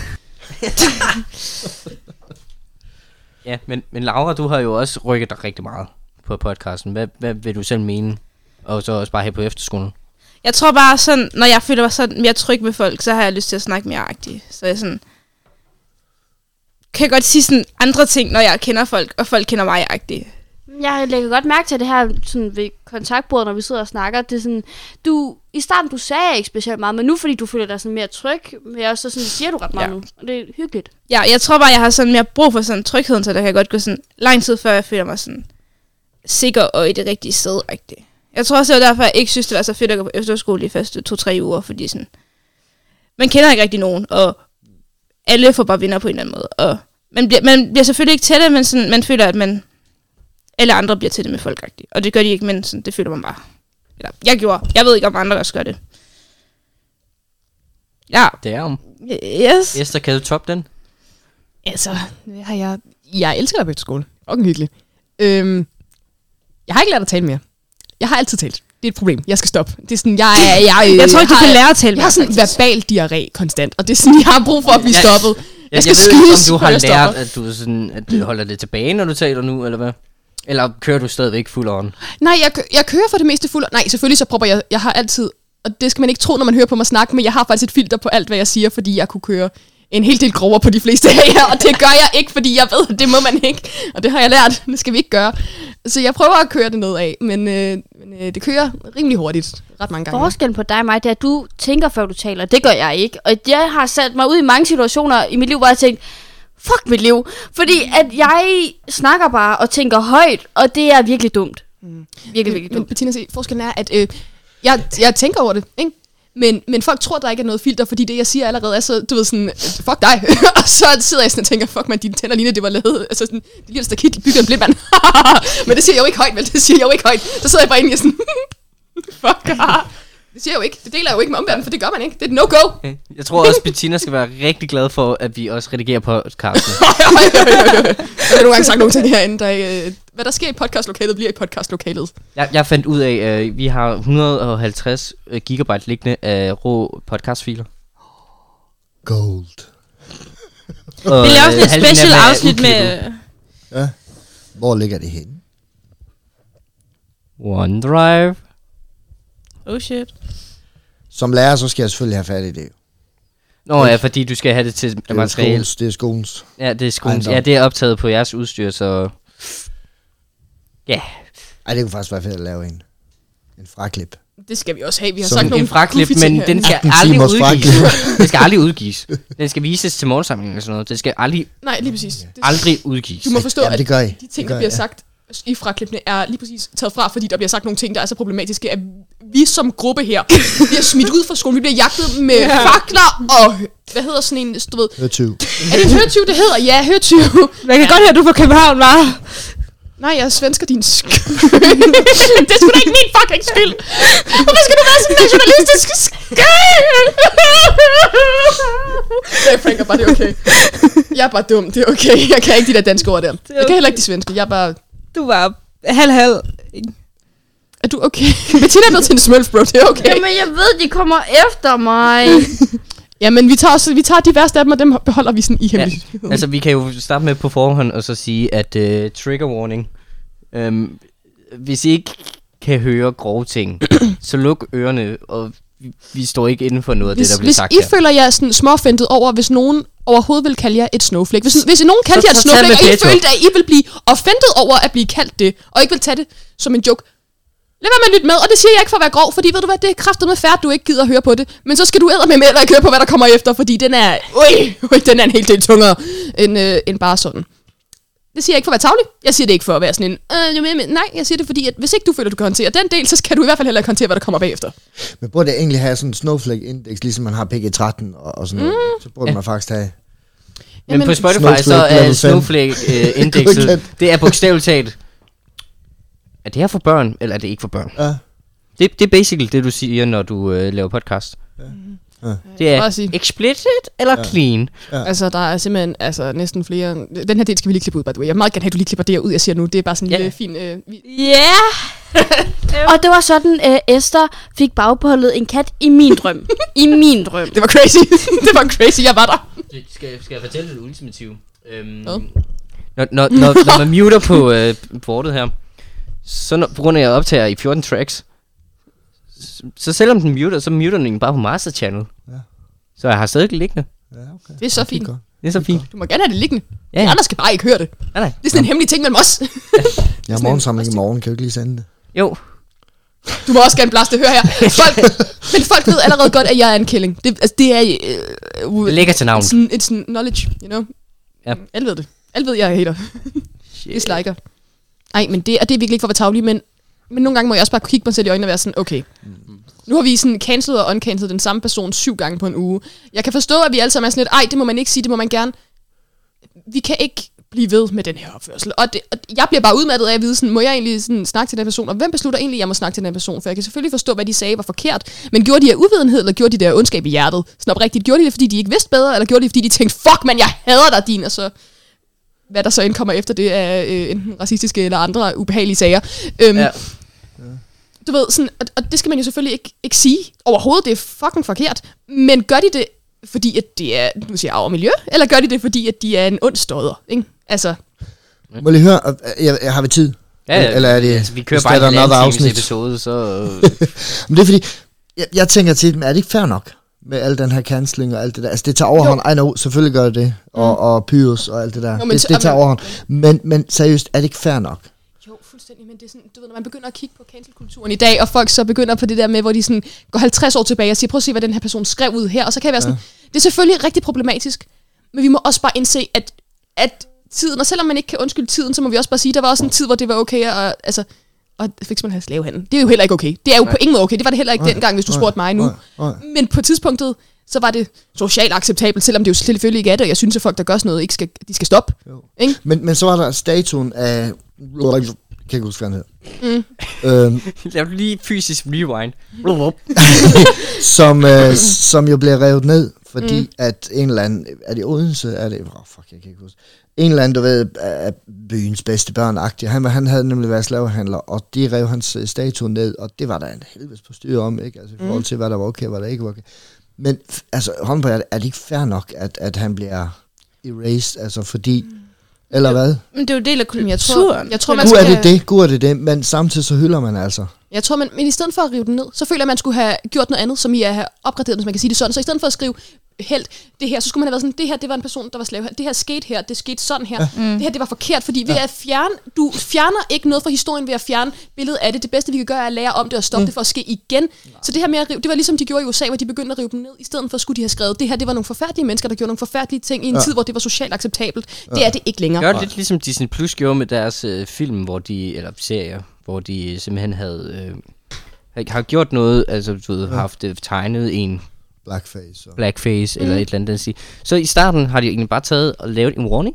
[SPEAKER 1] Ja, men, men Laura, du har jo også rykket dig rigtig meget på podcasten. Hvad, hvad vil du selv mene? Og så også bare her på efterskolen.
[SPEAKER 5] Jeg tror bare sådan, når jeg føler mig sådan mere tryg med folk, så har jeg lyst til at snakke mere agtigt. Så jeg sådan... Kan jeg godt sige sådan andre ting, når jeg kender folk, og folk kender mig agtigt.
[SPEAKER 4] Jeg lægger godt mærke til det her sådan ved kontaktbordet, når vi sidder og snakker. Det er sådan, du, i starten du sagde ikke specielt meget, men nu fordi du føler dig sådan mere tryg, men også så sådan, siger du ret meget
[SPEAKER 5] Ja.
[SPEAKER 4] nu. Og det er hyggeligt.
[SPEAKER 5] Ja, jeg tror bare, jeg har sådan mere brug for sådan trygheden, så der kan jeg godt gå sådan lang tid, før jeg føler mig sådan sikker og i det rigtige sted agtigt. Jeg tror også, det var derfor, jeg ikke synes, det var så fedt at gå på efterskole de første to-tre uger, fordi sådan, man kender ikke rigtig nogen, og alle får bare venner på en eller anden måde. Og man bliver, man bliver selvfølgelig ikke tætte, men sådan, man føler, at man alle andre bliver tætte med folk agtigt. Og det gør de ikke, men sådan, det føler man bare. Eller, jeg gjorde. Jeg ved ikke, om andre også gør det. Ja.
[SPEAKER 1] Det er om.
[SPEAKER 5] Yes.
[SPEAKER 1] Esther, kan du toppe den?
[SPEAKER 2] Altså, det har jeg... Jeg elsker dig på efterskole. Fucking hyggeligt. Øhm, jeg har ikke lært at tale mere. Jeg har altid talt. Det er et problem. Jeg skal stoppe. Det er sådan, jeg er... Jeg, jeg,
[SPEAKER 5] Jeg tror ikke, du
[SPEAKER 2] har,
[SPEAKER 5] kan lære at tale
[SPEAKER 2] Jeg har sådan verbal diarré konstant, og det er sådan, jeg har brug for at blive
[SPEAKER 1] Ja.
[SPEAKER 2] stoppet.
[SPEAKER 1] Jeg,
[SPEAKER 2] Jeg skal
[SPEAKER 1] jeg ved ikke,
[SPEAKER 2] skydes,
[SPEAKER 1] om du
[SPEAKER 2] før
[SPEAKER 1] har
[SPEAKER 2] jeg
[SPEAKER 1] lært,
[SPEAKER 2] stopper.
[SPEAKER 1] at du, sådan, at du holder det tilbage, når du taler nu, eller hvad? Eller kører du stadigvæk fuld on?
[SPEAKER 2] Nej, jeg, kø- jeg kører for det meste fuld. Nej, selvfølgelig så prøver jeg... Jeg har altid... Og det skal man ikke tro, når man hører på mig snakke, men jeg har faktisk et filter på alt, hvad jeg siger, fordi jeg kunne køre en hel del grovere på de fleste af jer, og det gør jeg ikke, fordi jeg ved, at det må man ikke. Og det har jeg lært. Det skal vi ikke gøre. Så jeg prøver at køre det ned af, men, øh, men øh, det kører rimelig hurtigt. Ret mange gange.
[SPEAKER 4] Forskellen på dig og mig, det er, at du tænker, før du taler. Det gør jeg ikke. Og jeg har sat mig ud i mange situationer i mit liv, hvor jeg har tænkt, fuck mit liv. Fordi at jeg snakker bare og tænker højt, og det er virkelig dumt.
[SPEAKER 2] Mm.
[SPEAKER 4] Virkelig, virkelig
[SPEAKER 2] Men
[SPEAKER 4] dumt.
[SPEAKER 2] Bettina, se, forskellen er, at øh, jeg, jeg tænker over det, ikke? Men, men folk tror, der ikke er noget filter, fordi det, jeg siger allerede er så, du ved sådan, fuck dig. Og så sidder jeg sådan og tænker, fuck man, dine tænder ligner, det var lavet, altså sådan, det ligner stakit, de bygger en blindmand. Men det siger jeg jo ikke højt, vel? Det siger jeg jo ikke højt. Så sidder jeg bare inde i sådan, fuck. Det siger jeg jo ikke. Det deler jeg jo ikke med omverdenen, for det gør man ikke. Det er et no-go.
[SPEAKER 1] Okay. Jeg tror også, Bettina skal være rigtig glad for, at vi også redigerer podcasten.
[SPEAKER 2] Jeg har nogle gange sagt nogle ting herinde, der, øh, hvad der sker i podcastlokalet, bliver i podcastlokalet.
[SPEAKER 1] Jeg, jeg fandt ud af, at øh, vi har et hundrede og halvtreds gigabyte liggende af rå podcastfiler.
[SPEAKER 3] Gold.
[SPEAKER 1] Og,
[SPEAKER 5] Det er også
[SPEAKER 1] øh,
[SPEAKER 5] et
[SPEAKER 1] halvdelen af
[SPEAKER 5] special
[SPEAKER 1] dem er
[SPEAKER 5] afsnit
[SPEAKER 1] uklippet.
[SPEAKER 5] med...
[SPEAKER 3] Ja. Hvor ligger det henne?
[SPEAKER 1] OneDrive.
[SPEAKER 5] Oh shit.
[SPEAKER 3] Som lærer, så skal jeg selvfølgelig have fat i det.
[SPEAKER 1] Nå ja, fordi du skal have det til
[SPEAKER 3] Det er
[SPEAKER 1] materiale.
[SPEAKER 3] skolens, det er skolens.
[SPEAKER 1] Ja, det er skolens.
[SPEAKER 3] Ejendom.
[SPEAKER 1] Ja, det er optaget på jeres udstyr, så... Ja.
[SPEAKER 3] Ej, det kunne faktisk være fedt at lave en. En fraklip.
[SPEAKER 2] Det skal vi også have. Vi har
[SPEAKER 3] Som
[SPEAKER 2] sagt
[SPEAKER 1] En,
[SPEAKER 2] nogle
[SPEAKER 1] en fraklip,
[SPEAKER 2] goofy ting
[SPEAKER 1] men den
[SPEAKER 2] herinde.
[SPEAKER 1] skal
[SPEAKER 3] atten
[SPEAKER 1] aldrig
[SPEAKER 3] timers
[SPEAKER 1] udgives.
[SPEAKER 3] fraklip.
[SPEAKER 1] Den skal aldrig udgives. Den skal vises til morgensamlingen og sådan noget. Den skal aldrig,
[SPEAKER 2] Nej, lige præcis. Det,
[SPEAKER 1] aldrig udgives.
[SPEAKER 2] du må forstå,
[SPEAKER 3] Jamen,
[SPEAKER 2] at
[SPEAKER 3] det gør I.
[SPEAKER 2] de ting,
[SPEAKER 3] Det
[SPEAKER 2] der
[SPEAKER 3] gør
[SPEAKER 2] bliver
[SPEAKER 3] I, ja.
[SPEAKER 2] sagt i fraklippene, er lige præcis taget fra, fordi der bliver sagt nogle ting, der er så problematiske, at vi som gruppe her bliver smidt ud fra skolen. Vi bliver jagtet med ja. fakler og... Hvad hedder sådan en, du ved...
[SPEAKER 3] Hørtyv.
[SPEAKER 2] Er det hørtyv, det hedder? Ja, hørtyv.
[SPEAKER 5] Man kan ja. godt høre, at du er fra København, var.
[SPEAKER 2] Nej, jeg er svensker, din sk... Det er sgu da ikke min fucking skyld. Hvorfor skal du være sådan nationalistisk skæg? Jeg pranker bare, det er okay. Jeg er bare dum, det er okay. Jeg kan ikke de der danske ord der. Jeg kan heller ikke de svenske, jeg er bare...
[SPEAKER 5] Du var halv-halv.
[SPEAKER 2] Er du okay? Bettina er blevet til en smølf, bro, det er okay.
[SPEAKER 4] Jamen, jeg ved, de kommer efter mig.
[SPEAKER 2] Jamen, vi tager, også, vi tager de værste af dem, og dem beholder vi sådan i hemmelighed.
[SPEAKER 1] Ja, altså, vi kan jo starte med på forhånd og så sige, at uh, trigger warning. Um, hvis I ikke kan høre grove ting, så luk ørerne, og vi, vi står ikke inden for noget af
[SPEAKER 2] hvis,
[SPEAKER 1] det, der bliver
[SPEAKER 2] hvis
[SPEAKER 1] sagt
[SPEAKER 2] I
[SPEAKER 1] her.
[SPEAKER 2] føler jer sådan småfændet over, hvis nogen overhovedet vil kalde jer et snowflake. Hvis, hvis nogen kaldte jer et
[SPEAKER 1] så tag
[SPEAKER 2] snowflake,
[SPEAKER 1] med
[SPEAKER 2] og I
[SPEAKER 1] Petro.
[SPEAKER 2] følte, at I vil blive offentet over at blive kaldt det, og ikke vil tage det som en joke, lad være med at lytte med, og det siger jeg ikke for at være grov, fordi ved du hvad, det er kraftedeme færd, du ikke gider at høre på det. Men så skal du æde med med at køre på, hvad der kommer efter, fordi den er, ui, ui, den er en helt del tungere end, øh, end bare sådan. Det siger jeg ikke for at være tavlig. Jeg siger det ikke for at være sådan en, øh, jo, men, nej, jeg siger det fordi, at hvis ikke du føler, du kan håndtere den del, så skal du i hvert fald heller ikke håndtere, hvad der kommer bagefter.
[SPEAKER 3] Men burde det egentlig have sådan en snowflake-index, ligesom man har P G tretten og, og sådan noget? Så burde
[SPEAKER 1] Ja.
[SPEAKER 3] man faktisk have...
[SPEAKER 1] Men
[SPEAKER 2] Jamen,
[SPEAKER 1] på Spotify,
[SPEAKER 3] Snowflake
[SPEAKER 1] så er
[SPEAKER 3] level fem.
[SPEAKER 1] Snowflake-indekset, det er bogstaveligt talt. Er det her for børn, eller er det ikke for børn?
[SPEAKER 3] Ja.
[SPEAKER 1] Det, det er basically det, du siger, når du øh, laver podcast.
[SPEAKER 3] Ja.
[SPEAKER 1] Det er
[SPEAKER 2] Bare sige.
[SPEAKER 1] explicit eller
[SPEAKER 3] Ja.
[SPEAKER 1] clean.
[SPEAKER 3] Ja.
[SPEAKER 2] Altså, der er simpelthen altså, næsten flere... Den her del skal vi lige klippe ud, by the way. Jeg vil meget gerne have, at du lige klipper det her ud, jeg siger nu. Det er bare sådan en
[SPEAKER 1] Ja.
[SPEAKER 2] lille fin... Øh, vi...
[SPEAKER 5] Ja.
[SPEAKER 4] Og det var sådan, uh, Esther fik bagpollet en kat i min drøm. I min drøm.
[SPEAKER 2] Det var crazy. det var crazy, jeg var der.
[SPEAKER 1] Skal, skal jeg fortælle det ultimative? Øhm,
[SPEAKER 2] Hvad?
[SPEAKER 1] når, når, når, når man muter på øh, bordet her, så når, på grund af at jeg optager i fjorten tracks, så, så selvom den muter, så muter den bare på master channel.
[SPEAKER 3] Ja.
[SPEAKER 1] Så jeg har stadig liggende.
[SPEAKER 3] Ja, okay.
[SPEAKER 2] Det er så
[SPEAKER 3] Ja,
[SPEAKER 2] fint.
[SPEAKER 3] godt.
[SPEAKER 1] Det er så fint.
[SPEAKER 2] Du må gerne have det liggende.
[SPEAKER 1] Ja,
[SPEAKER 2] De
[SPEAKER 1] ja.
[SPEAKER 2] andre skal bare ikke høre det.
[SPEAKER 1] Nej, nej.
[SPEAKER 2] Det er sådan en hemmelig ting mellem os.
[SPEAKER 3] Jeg har morgensamling i morgen, kan du ikke lige sende det?
[SPEAKER 1] Jo.
[SPEAKER 2] Du må også gerne blaste høre her. Folk, men folk ved allerede godt, at jeg er en killing. Det, altså, det er... Øh,
[SPEAKER 1] Det ligger til navn.
[SPEAKER 2] It's, an, it's an knowledge, you know.
[SPEAKER 1] Ja.
[SPEAKER 2] Alle ved det. Alle ved, jeg er hater.
[SPEAKER 1] Shit.
[SPEAKER 2] Disliker. Ej, men det, og det er virkelig ikke for at være tavlig, men, men nogle gange må jeg også bare kigge mig selv i øjnene og være sådan, okay, nu har vi sådan cancelled og uncancelled den samme person syv gange på en uge. Jeg kan forstå, at vi alle sammen er sådan lidt, ej, det må man ikke sige, det må man gerne. Vi kan ikke blive ved med den her opførsel. Og, det, og jeg bliver bare udmattet af at vide, sådan, må jeg egentlig sådan, snakke til den person? Og hvem beslutter egentlig, at jeg må snakke til den person? For jeg kan selvfølgelig forstå, hvad de sagde var forkert. Men gjorde de af uvidenhed, eller gjorde de der ondskab i hjertet? Sådan oprigtigt, gjorde de det, fordi de ikke vidste bedre? Eller gjorde de det, fordi de tænkte, fuck man, jeg hader dig, din, og så... Hvad der så indkommer efter det er øh, enten racistiske eller andre ubehagelige sager. Øhm,
[SPEAKER 1] Ja.
[SPEAKER 2] Du ved, sådan, og, og det skal man jo selvfølgelig ikke, ikke sige overhovedet, det er fucking forkert. Men gør de det, fordi at det er, nu siger jeg, arv og miljø, eller gør de det, fordi at de er en ond stodder, ikke? Altså,
[SPEAKER 3] Må jeg lige høre, øh, jeg, jeg har vi tid?
[SPEAKER 1] Ja, ja.
[SPEAKER 3] Eller er det...
[SPEAKER 1] Altså, vi kører
[SPEAKER 3] hvis
[SPEAKER 1] bare
[SPEAKER 3] der er
[SPEAKER 1] en
[SPEAKER 3] noget
[SPEAKER 1] halvanden times
[SPEAKER 3] afsnit?
[SPEAKER 1] episode, så...
[SPEAKER 3] Men det er fordi, jeg, jeg tænker til dem, er det ikke fair nok? Med al den her cancelling og alt det der. Altså det tager overhånd, I know, selvfølgelig gør det det. Og, og Pyrus og alt det der.
[SPEAKER 2] Jo, men
[SPEAKER 3] det,
[SPEAKER 2] så-
[SPEAKER 3] det tager overhånd. Men, men seriøst, er det ikke fair nok?
[SPEAKER 2] jo, fuldstændig, men det er sådan, du ved, når man begynder at kigge på cancelkulturen i dag, og folk så begynder på det der med, hvor de sådan går halvtreds år tilbage og siger, prøv at se, hvad den her person skrev ud her, og så kan jeg være sådan, ja. Det er selvfølgelig rigtig problematisk, men vi må også bare indse, at at tiden, og selvom man ikke kan undskylde tiden, så må vi også bare sige, der var også en tid, hvor det var okay, og altså, og fik man have slavehandel. Det er jo heller ikke okay. Det er jo nej. På ingen måde okay. Det var det heller ikke nej, dengang, hvis du nej, spurgte mig nu. Nej, nej. Men på tidspunktet, så var det socialt acceptabelt, selvom det jo selvfølgelig ikke er det, og jeg synes, at folk, der gør sådan noget, ikke skal, de skal stoppe.
[SPEAKER 3] Men, men så var der statuen af... Kan jeg huske, hvad han hedder. Mm. Øhm,
[SPEAKER 1] Lav lige fysisk rewind.
[SPEAKER 3] som, øh, som jo blev revet ned, fordi mm. at en eller anden... Er det Odense? Er det... Oh, fuck, jeg kan ikke huske. En eller anden, du ved, af byens bedste børn-agtig. Han, han havde nemlig været slavehandler, og de rev hans statue ned, og det var der en helvedes på styre om, ikke? Altså i forhold til, hvad der var okay, hvad der ikke var okay. Men altså, hånden på jer, er det ikke fair nok, at, at han bliver erased, altså fordi... Mm. Eller hvad?
[SPEAKER 5] Men det er jo del af kulturen.
[SPEAKER 2] Jeg tror, jeg tror man
[SPEAKER 3] Gud er
[SPEAKER 2] skal...
[SPEAKER 3] det det, Gud er det det, men samtidig så hylder man altså.
[SPEAKER 2] Jeg tror, man, men i stedet for at rive den ned, så føler jeg, at man skulle have gjort noget andet, som I er have opgraderet, hvis man kan sige det sådan. Så i stedet for at skrive helt det her, så skulle man have været sådan, det her, det var en person, der var slave her. Det her skete her, det skete sådan her. Ja. Mm. Det her, det var forkert, fordi ved ja. at fjerne, du fjerner ikke noget fra historien ved at fjerne billedet af det. Det bedste, vi kan gøre, er at lære om det og stoppe mm. det for at ske igen. Nej. Så det her med at rive, det var ligesom de gjorde i U S A, hvor de begyndte at rive dem ned. I stedet for skulle de have skrevet, det her, det var nogle forfærdelige mennesker, der gjorde nogle forfærdelige ting i en ja. tid, hvor det var socialt acceptabelt. Ja. Det er det ikke længere.
[SPEAKER 1] Gør det lidt ligesom Disney Plus gjorde med deres øh, film, hvor de, eller serier, hvor de simpelthen havde, øh, har gjort noget, altså du ved, ja. haft øh, tegnet en
[SPEAKER 3] blackface, og...
[SPEAKER 1] blackface mm. eller et eller andet den sige. Så i starten har de egentlig bare taget og lavet en warning,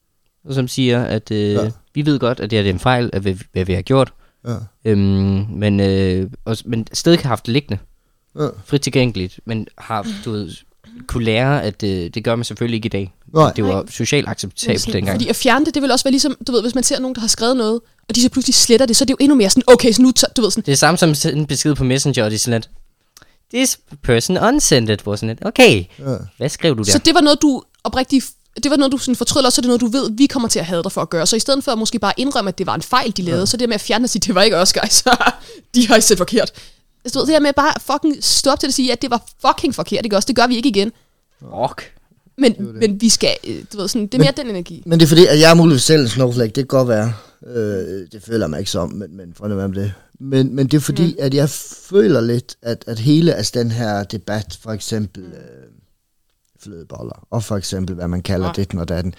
[SPEAKER 1] som siger, at øh, ja. vi ved godt, at det er en fejl, af hvad, hvad vi har gjort. Ja. Øhm, men, øh, også, men stadig har haft det liggende. Ja. Frit tilgængeligt, men har du ved, kunne lære, at øh, det gør man selvfølgelig ikke i dag. Nej. Det var socialt acceptabelt
[SPEAKER 2] sådan,
[SPEAKER 1] dengang.
[SPEAKER 2] Fordi at fjerne det, det vil også være ligesom, du ved, hvis man ser nogen, der har skrevet noget, og de så pludselig sletter det, så er det jo endnu mere sådan, okay, så nu, du ved sådan.
[SPEAKER 1] Det er samme som en besked på Messenger, og det er sådan lidt, this person unsent it, hvor sådan lidt, okay, ja. hvad skrev du der?
[SPEAKER 2] Så det var noget, du oprigtigt, det var noget, du sådan fortrød, og så er det noget, du ved, vi kommer til at have dig for at gøre. Så i stedet for at måske bare indrømme, at det var en fejl, de lavede, ja. så det med at fjerne og sige, det var ikke os, guys, de har I set forkert. Så det her med bare fucking stoppe til at sige, at det var fucking forkert, ikke også? Det gør vi ikke igen.
[SPEAKER 1] Fuck.
[SPEAKER 2] Men, men vi skal, du ved sådan, det er mere
[SPEAKER 3] men,
[SPEAKER 2] den energi.
[SPEAKER 3] Men det er fordi, at jeg er muligvis selv en snowflake, det kan godt være. Øh, det føler mig ikke som, men, men for at det. Men, men det er fordi, mm. at jeg føler lidt, at, at hele altså, den her debat, for eksempel øh, flødeboller, og for eksempel, hvad man kalder ja. det, når der er den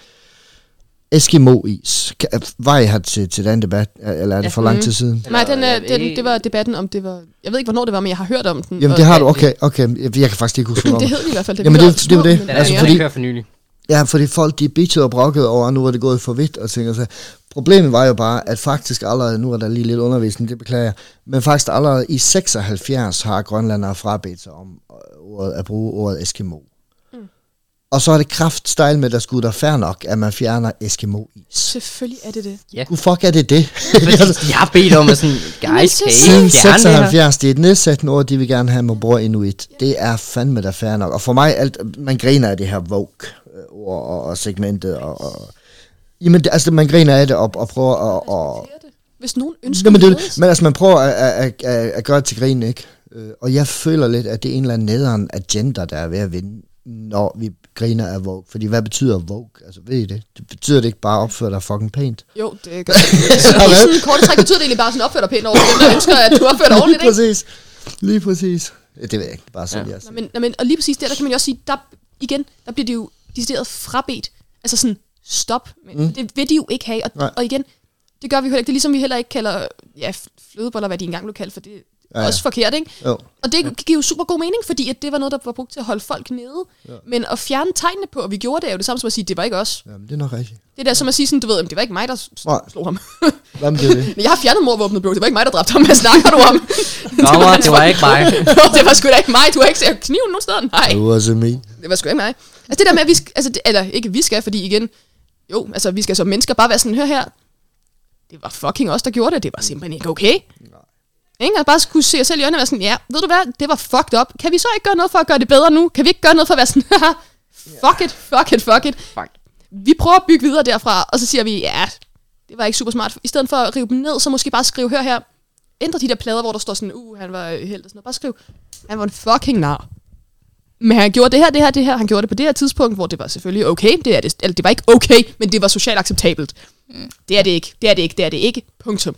[SPEAKER 3] Eskimo-is. Var I her til, til den debat, eller er det ja. for lang tid siden?
[SPEAKER 2] Nej, den, øh, den, det var debatten om, det var, jeg ved ikke, hvornår det var, men jeg har hørt om den.
[SPEAKER 3] Jamen det har du, okay, okay, jeg, jeg kan faktisk ikke huske,
[SPEAKER 2] det hed det i hvert fald. Det
[SPEAKER 3] Jamen det, det, det var det.
[SPEAKER 1] Den altså, fordi, for nylig.
[SPEAKER 3] Ja, fordi folk, de bitchede og brokkede over, og nu er det gået for vidt, og tænker sig. Problemet var jo bare, at faktisk allerede, nu er der lige lidt undervisning, det beklager jeg, men faktisk allerede i seksoghalvfjerds har grønlændere frabedt sig om ordet, at bruge ordet Eskimo. Mm. Og så er det kraftstyle med, der skulle der fair nok, at man fjerner Eskimo-is.
[SPEAKER 2] Selvfølgelig er det det.
[SPEAKER 1] Ja.
[SPEAKER 3] Hvor fuck er det det?
[SPEAKER 1] Jeg har bedt om at sådan, guys, kan I
[SPEAKER 3] siden seksoghalvfjerds, det er et nedsættende ord, de vil gerne have med bror inuit. Det er fandme der fair nok. Og for mig, alt, man griner af det her woke-ord og, og segmentet og... og jamen, det, altså, man griner af det og, og prøver at... Og,
[SPEAKER 2] hvis nogen ønsker
[SPEAKER 3] jamen, det, men altså, man prøver at, at, at, at gøre det til grin, ikke? Og jeg føler lidt, at det er en eller anden nederen agenda, der er ved at vinde, når vi griner af woke. Fordi hvad betyder woke? Altså, ved I det? Det betyder det ikke bare at opføre dig fucking pænt?
[SPEAKER 2] Jo, det gør det. Så i sådan en kort træk betyder det egentlig bare sådan opføre dig pænt over dem, der ønsker, at du opfører dig ordentligt, ikke?
[SPEAKER 3] Lige præcis. Lige præcis. Det ved jeg ikke. Bare sådan, ja. jeg
[SPEAKER 2] men, men, og lige præcis der, der kan man jo også sige, der, igen, der bliver det jo decideret frabedt. Altså sådan, stop. Men mm. det vil de jo ikke have. Og, og igen, det gør vi heller ikke. Det er ligesom, vi heller ikke kalder ja, flødeboller, hvad de engang blev kaldt, for det er ja, også ja. forkert, ikke? Jo. Og det giver jo super god mening, fordi at det var noget, der var brugt til at holde folk nede. Ja. Men at fjerne tegnene på, og vi gjorde det, er jo det samme som at sige, det var ikke os.
[SPEAKER 3] Jamen, det er nok rigtigt.
[SPEAKER 2] Det er der som at sige sådan, du ved, det var ikke mig, der
[SPEAKER 3] Nej.
[SPEAKER 2] slog ham.
[SPEAKER 3] Jamen, det er det.
[SPEAKER 2] Jeg har fjernet morvåbnet, bro. Det var ikke mig, der dræbte ham. Hvad snakker du om?
[SPEAKER 1] det, var, det var ikke mig.
[SPEAKER 2] Det var sgu da ikke mig. Du har ikke set kniven nogen steder. Nej.
[SPEAKER 3] Det var så mig.
[SPEAKER 2] Det var sgu ikke mig. Altså det der med, at vi skal, altså, det, eller ikke vi skal, fordi igen, jo, altså vi skal som mennesker bare være sådan, hør her, det var fucking os, der gjorde det. Det var simpelthen ikke okay. Ingen at bare skulle se os selv i øjnene og være sådan, ja, ved du hvad, det var fucked up. Kan vi så ikke gøre noget for at gøre det bedre nu? Kan vi ikke gøre noget for at være sådan, haha, fuck it, fuck it, fuck it. Fuck. Vi prøver at bygge videre derfra, og så siger vi, ja, det var ikke super smart. I stedet for at rive dem ned, så måske bare skrive, hør her, ændre de der plader, hvor der står sådan, uh, han var held og sådan noget. Bare skriv, han var en fucking nar. Men han gjorde det her, det her, det her. Han gjorde det på det her tidspunkt, hvor det var selvfølgelig okay. Det, er det, eller det var ikke okay, men det var socialt acceptabelt. Mm. Det er det ikke, det er det ikke, det er det ikke. Punktum.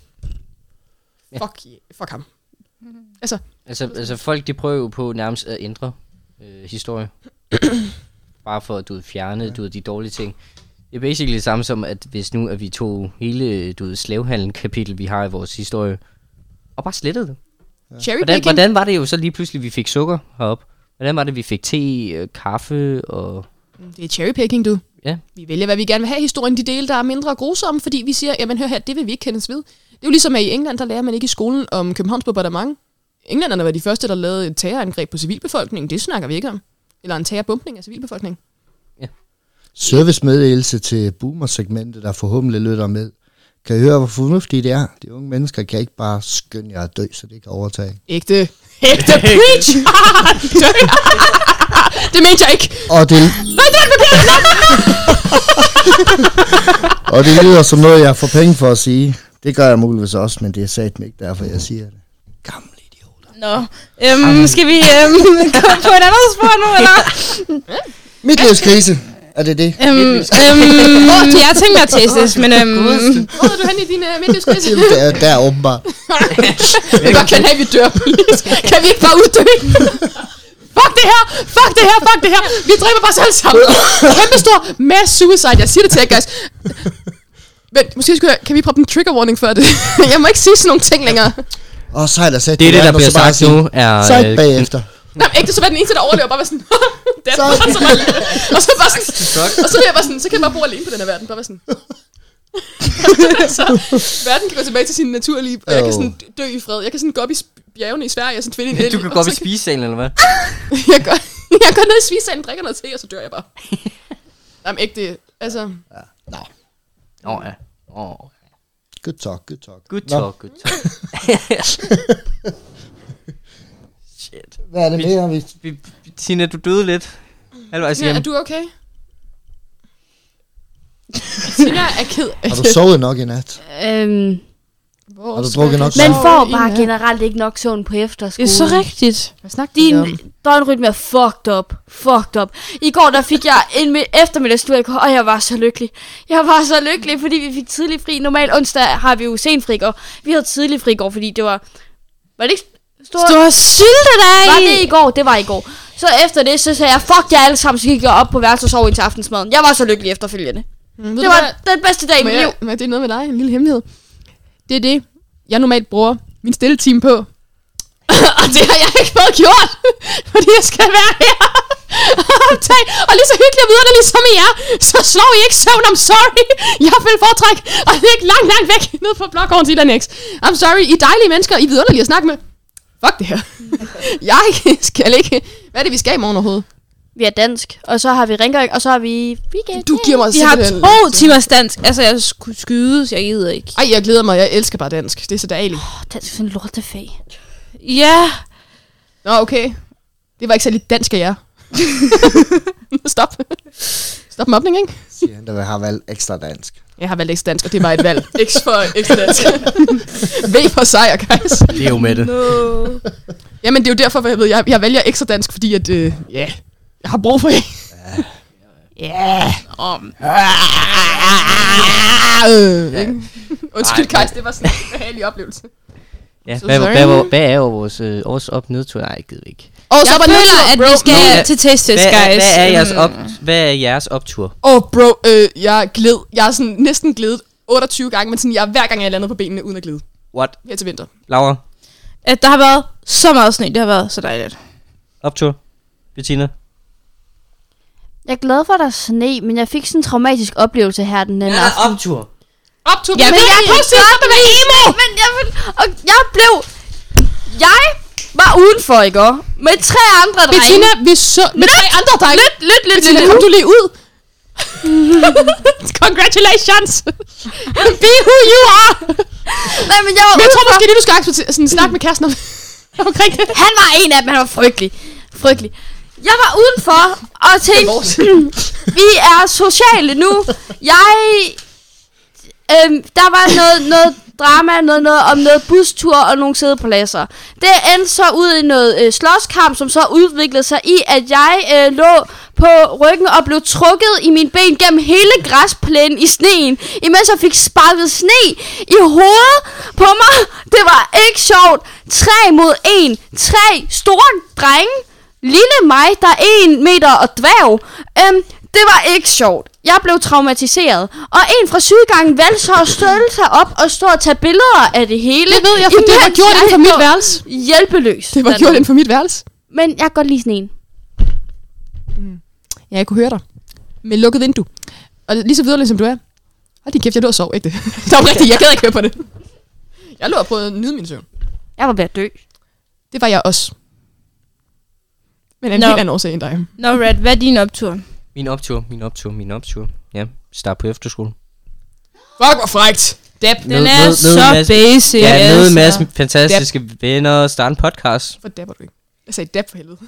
[SPEAKER 2] Ja. Fuck, yeah, fuck ham. Mm-hmm. Altså,
[SPEAKER 1] altså, altså folk, de prøver jo på nærmest at ændre øh, historie. Bare for at du ved, fjerne ja. du ved, de dårlige ting. Det er basically det samme som, at hvis nu at vi tog hele du ved, slavehandlen-kapitel, vi har i vores historie, og bare slettede det.
[SPEAKER 2] Cherry
[SPEAKER 1] Hvordan,
[SPEAKER 2] picking.
[SPEAKER 1] hvordan var det jo så lige pludselig, vi fik sukker herop? Hvordan var det, vi fik te, øh, kaffe og...
[SPEAKER 2] Det er cherry picking, du.
[SPEAKER 1] Ja.
[SPEAKER 2] Vi vælger, hvad vi gerne vil have i historien. De dele, der er mindre grusomme, fordi vi siger, jamen hør her, det vil vi ikke kendes ved. Det er jo ligesom, at i England, der lærer man ikke i skolen om Københavns bombardement. Englænderne var de første, der lavede et terrorangreb på civilbefolkningen. Det snakker vi ikke om. Eller en terrorbumpning af civilbefolkningen.
[SPEAKER 1] Ja.
[SPEAKER 3] Servicemeddelelse til boomer-segmentet, der forhåbentlig lytter med. Kan I høre, hvor fornuftigt det er? De unge mennesker kan ikke bare skynde jer at dø, så det kan overtage.
[SPEAKER 2] Ægte. Ægte preach! Det mente jeg ikke.
[SPEAKER 3] Og det,
[SPEAKER 2] Nej, det er forkert.
[SPEAKER 3] og det lyder som noget, jeg får penge for at sige. Det gør jeg muligvis også, men det er satme ikke derfor, jeg siger det. Gamle idioter.
[SPEAKER 5] Nå, øhm, skal vi øhm, komme på et andet spor nu, eller?
[SPEAKER 3] Midtlivskrise. Er det det?
[SPEAKER 5] Øhm, øhm, jeg tænkte mig at testes, men øhm,
[SPEAKER 2] Hvor er du hen i din uh, midtlivskrise?
[SPEAKER 3] Der, der åbenbart.
[SPEAKER 2] Vi godt kan have, vi dør, please. Kan vi ikke bare uddø? Fuck det her! Fuck det her! Fuck det her! Vi dræber bare os alle sammen. Kæmpe stor mass suicide. Jeg siger det til jer, guys. Men måske skulle jeg, kan vi proppe en trigger warning før det? Jeg må ikke sige sådan nogle ting længere.
[SPEAKER 3] Åh, oh, sejt at sætte
[SPEAKER 1] Det er det, der bliver sagt nu, er...
[SPEAKER 3] Sejt
[SPEAKER 1] øh,
[SPEAKER 3] bagefter.
[SPEAKER 2] Nej, men ikke det, så var den eneste, der overlever, bare være sådan... Det er bare så meget. Og så bare sådan... Og så vil jeg bare sådan... Så kan jeg bare bo alene på den her verden. Bare være sådan... Så verden kan gå tilbage til sin naturlige... Og jeg kan sådan dø i fred. Jeg kan sådan gå op i bjergene i Sverige og sådan finde en el.
[SPEAKER 1] Du kan gå op i spisesalen, eller hvad?
[SPEAKER 2] Jeg går, jeg går ned i spisesalen, drikker noget te, og så dør jeg bare. Jamen ikke det... Altså...
[SPEAKER 3] Ja, nej.
[SPEAKER 1] Åh, oh, ja. Åh. Oh.
[SPEAKER 3] Good talk, good talk.
[SPEAKER 1] Good
[SPEAKER 3] Nå,
[SPEAKER 1] talk, good talk. Shit.
[SPEAKER 3] hvad er det mere, vi...
[SPEAKER 1] Vi, Tina, du døde lidt. Halvvejs
[SPEAKER 2] Tina,
[SPEAKER 1] hjem.
[SPEAKER 2] er du okay? Tina er ked af
[SPEAKER 3] Har du
[SPEAKER 2] det.
[SPEAKER 3] sovet nok i nat?
[SPEAKER 4] Øhm,
[SPEAKER 2] Hvor
[SPEAKER 3] Har du
[SPEAKER 2] skal
[SPEAKER 3] drukket
[SPEAKER 2] jeg
[SPEAKER 3] nok
[SPEAKER 2] sove
[SPEAKER 4] man får
[SPEAKER 2] i
[SPEAKER 4] bare
[SPEAKER 2] nat?
[SPEAKER 4] generelt ikke nok søvn på efterskole.
[SPEAKER 5] det er så rigtigt.
[SPEAKER 2] Hvad snakker du om?
[SPEAKER 4] Din døgnrytme er fucked up. Fucked up. I går der fik jeg en mi- eftermiddagstur, og jeg var så lykkelig. Jeg var så lykkelig, fordi vi fik tidlig fri. Normalt onsdag har vi jo sen fri går. Vi havde tidlig fri går, fordi det var... Var det ikke stor...
[SPEAKER 5] Du har syltet
[SPEAKER 4] Var
[SPEAKER 5] dig.
[SPEAKER 4] det i går? Det var i går. Så efter det, så sagde jeg, fuck jer alle sammen, så gik jeg op på værelset og sov ind til aftensmaden. Jeg var så lykkelig efterfølgende.
[SPEAKER 2] Mm, ved
[SPEAKER 4] Det
[SPEAKER 2] du
[SPEAKER 4] var
[SPEAKER 2] hvad?
[SPEAKER 4] den bedste dag i
[SPEAKER 2] Må
[SPEAKER 4] mit liv.
[SPEAKER 2] jeg, må jeg dele noget med dig? En lille hemmelighed. Det er det, jeg normalt bruger min stille time på. Og det har jeg ikke fået gjort, fordi jeg skal være her og optage. Og lige så hyggelig og vidunderlig som I er, så slår I ikke søvn. I'm sorry. Jeg vil foretrække og ligge langt, langt væk ned på Blågården til Next. I'm sorry. I er dejlige mennesker. I er vidunderlige at snakke med. Fuck det her. Jeg skal ikke... Hvad er det, vi skal i morgen overhovedet?
[SPEAKER 4] Vi er dansk, og så har vi rengøring, og så har vi weekend.
[SPEAKER 2] Du giver mig
[SPEAKER 5] Vi har
[SPEAKER 2] simpelthen-
[SPEAKER 5] to timers dansk. Altså, jeg skulle skydes. Jeg gider ikke.
[SPEAKER 2] Ej, jeg glæder mig. Jeg elsker bare dansk. Det er så dejligt.
[SPEAKER 4] Åh, dansk er sådan en lortefag.
[SPEAKER 5] Ja.
[SPEAKER 2] Nå, okay. Det var ikke særlig dansk af jer. Stop. Stop mobning, ikke?
[SPEAKER 3] Siger han, der har valgt ekstra dansk.
[SPEAKER 2] Jeg har valgt ekstra dansk, og det var et valg. X for ekstra dansk. V for sejr, guys.
[SPEAKER 1] Leo med det.
[SPEAKER 5] No.
[SPEAKER 2] Jamen, det er jo derfor, jeg ved, jeg, jeg vælger ekstra dansk, fordi at, øh, ja, yeah, jeg har brug for jer. Ja. Om. Undskyld, Kajs, det var sådan en behagelig oplevelse.
[SPEAKER 1] Ja,
[SPEAKER 2] So
[SPEAKER 1] hvad,
[SPEAKER 2] sorry.
[SPEAKER 1] hvad, hvad, hvad er jo vores øh, års op nedtur? Nej, jeg gider ikke.
[SPEAKER 2] Og
[SPEAKER 5] Jeg føler, at vi skal
[SPEAKER 1] Hvad-
[SPEAKER 5] til taste test,
[SPEAKER 1] Hvad, er-
[SPEAKER 5] guys.
[SPEAKER 1] hvad, er jeres
[SPEAKER 5] Mm.
[SPEAKER 1] op, hvad er jeres optur?
[SPEAKER 2] Åh, oh, bro, øh, jeg gled. Jeg er sådan næsten glædet otteogtyve gange, men sådan, jeg er hver gang, jeg er landet på benene uden at glide.
[SPEAKER 1] What?
[SPEAKER 2] Her til vinter.
[SPEAKER 1] Laura?
[SPEAKER 5] At der har været så meget sne. Det har været så dejligt.
[SPEAKER 1] Optur? Bettina?
[SPEAKER 4] Jeg er glad for, at der er sne, men jeg fik sådan en traumatisk oplevelse her den anden aften.
[SPEAKER 1] optur.
[SPEAKER 2] Op to
[SPEAKER 5] Ja,
[SPEAKER 2] men
[SPEAKER 5] men
[SPEAKER 2] jeg
[SPEAKER 5] jeg
[SPEAKER 2] kan
[SPEAKER 5] kan
[SPEAKER 2] sige, at det var emo!
[SPEAKER 4] Men jeg, vil, og jeg blev... Jeg var udenfor, ikke? også? Med tre andre drenge.
[SPEAKER 2] Bettina, vi så... Med tre andre drenge.
[SPEAKER 4] Lidt, lidt, lidt,
[SPEAKER 2] Bettina,
[SPEAKER 4] lidt.
[SPEAKER 2] kom du lige ud? Congratulations! Be who you are!
[SPEAKER 4] Nej, men jeg var
[SPEAKER 2] Men jeg tror
[SPEAKER 4] udenfor.
[SPEAKER 2] måske lige, du skal acceptere- sådan, snakke med Karsten om, omkring det.
[SPEAKER 4] Han var en af dem, han var frygtelig. Frygtelig. Jeg var udenfor og tænkte, vi er sociale nu. Jeg... Øhm, der var noget, noget drama, noget, noget om noget bustur og nogle sædepladser. Det endte så ud i noget øh, slåskamp, som så udviklede sig i, at jeg øh, lå på ryggen og blev trukket i mine ben gennem hele græsplænen i sneen, imens jeg fik sparket sne i hovedet på mig. Det var ikke sjovt. Tre mod en. Tre store drenge. Lille mig, der er en meter og dværg. Øhm, Det var ikke sjovt. Jeg blev traumatiseret. Og en fra sygegangen valgte så at stølle sig op og stå og tage billeder af det hele.
[SPEAKER 2] Det ved jeg, for det var gjort inden for mit værelse.
[SPEAKER 4] Hjælpeløs.
[SPEAKER 2] Det var gjort inden for mit værelse.
[SPEAKER 4] Men jeg kan godt lide sådan en.
[SPEAKER 2] Mm. Ja, jeg kunne høre dig. Med lukket vindue. Og lige så videre, som du er. Hold din kæft, jeg lå og sov, ikke det? Det var rigtigt, jeg gad ikke høre på det. Jeg lå og prøvede at nyde min søvn.
[SPEAKER 4] Jeg var ved at dø.
[SPEAKER 2] Det var jeg også. Men en
[SPEAKER 5] Nå.
[SPEAKER 2] helt anden årsag end dig.
[SPEAKER 5] Nå, Red, hvad er din optur?
[SPEAKER 1] Min optur, min optur, min optur. Ja, start på efterskole.
[SPEAKER 2] Fuck, hvor frækt. Dab.
[SPEAKER 5] Den er så basic.
[SPEAKER 1] Ja, møde en masse
[SPEAKER 2] Dab.
[SPEAKER 1] fantastiske venner, starte en podcast.
[SPEAKER 2] Hvor dabber du ikke? Jeg sagde dab for helvede.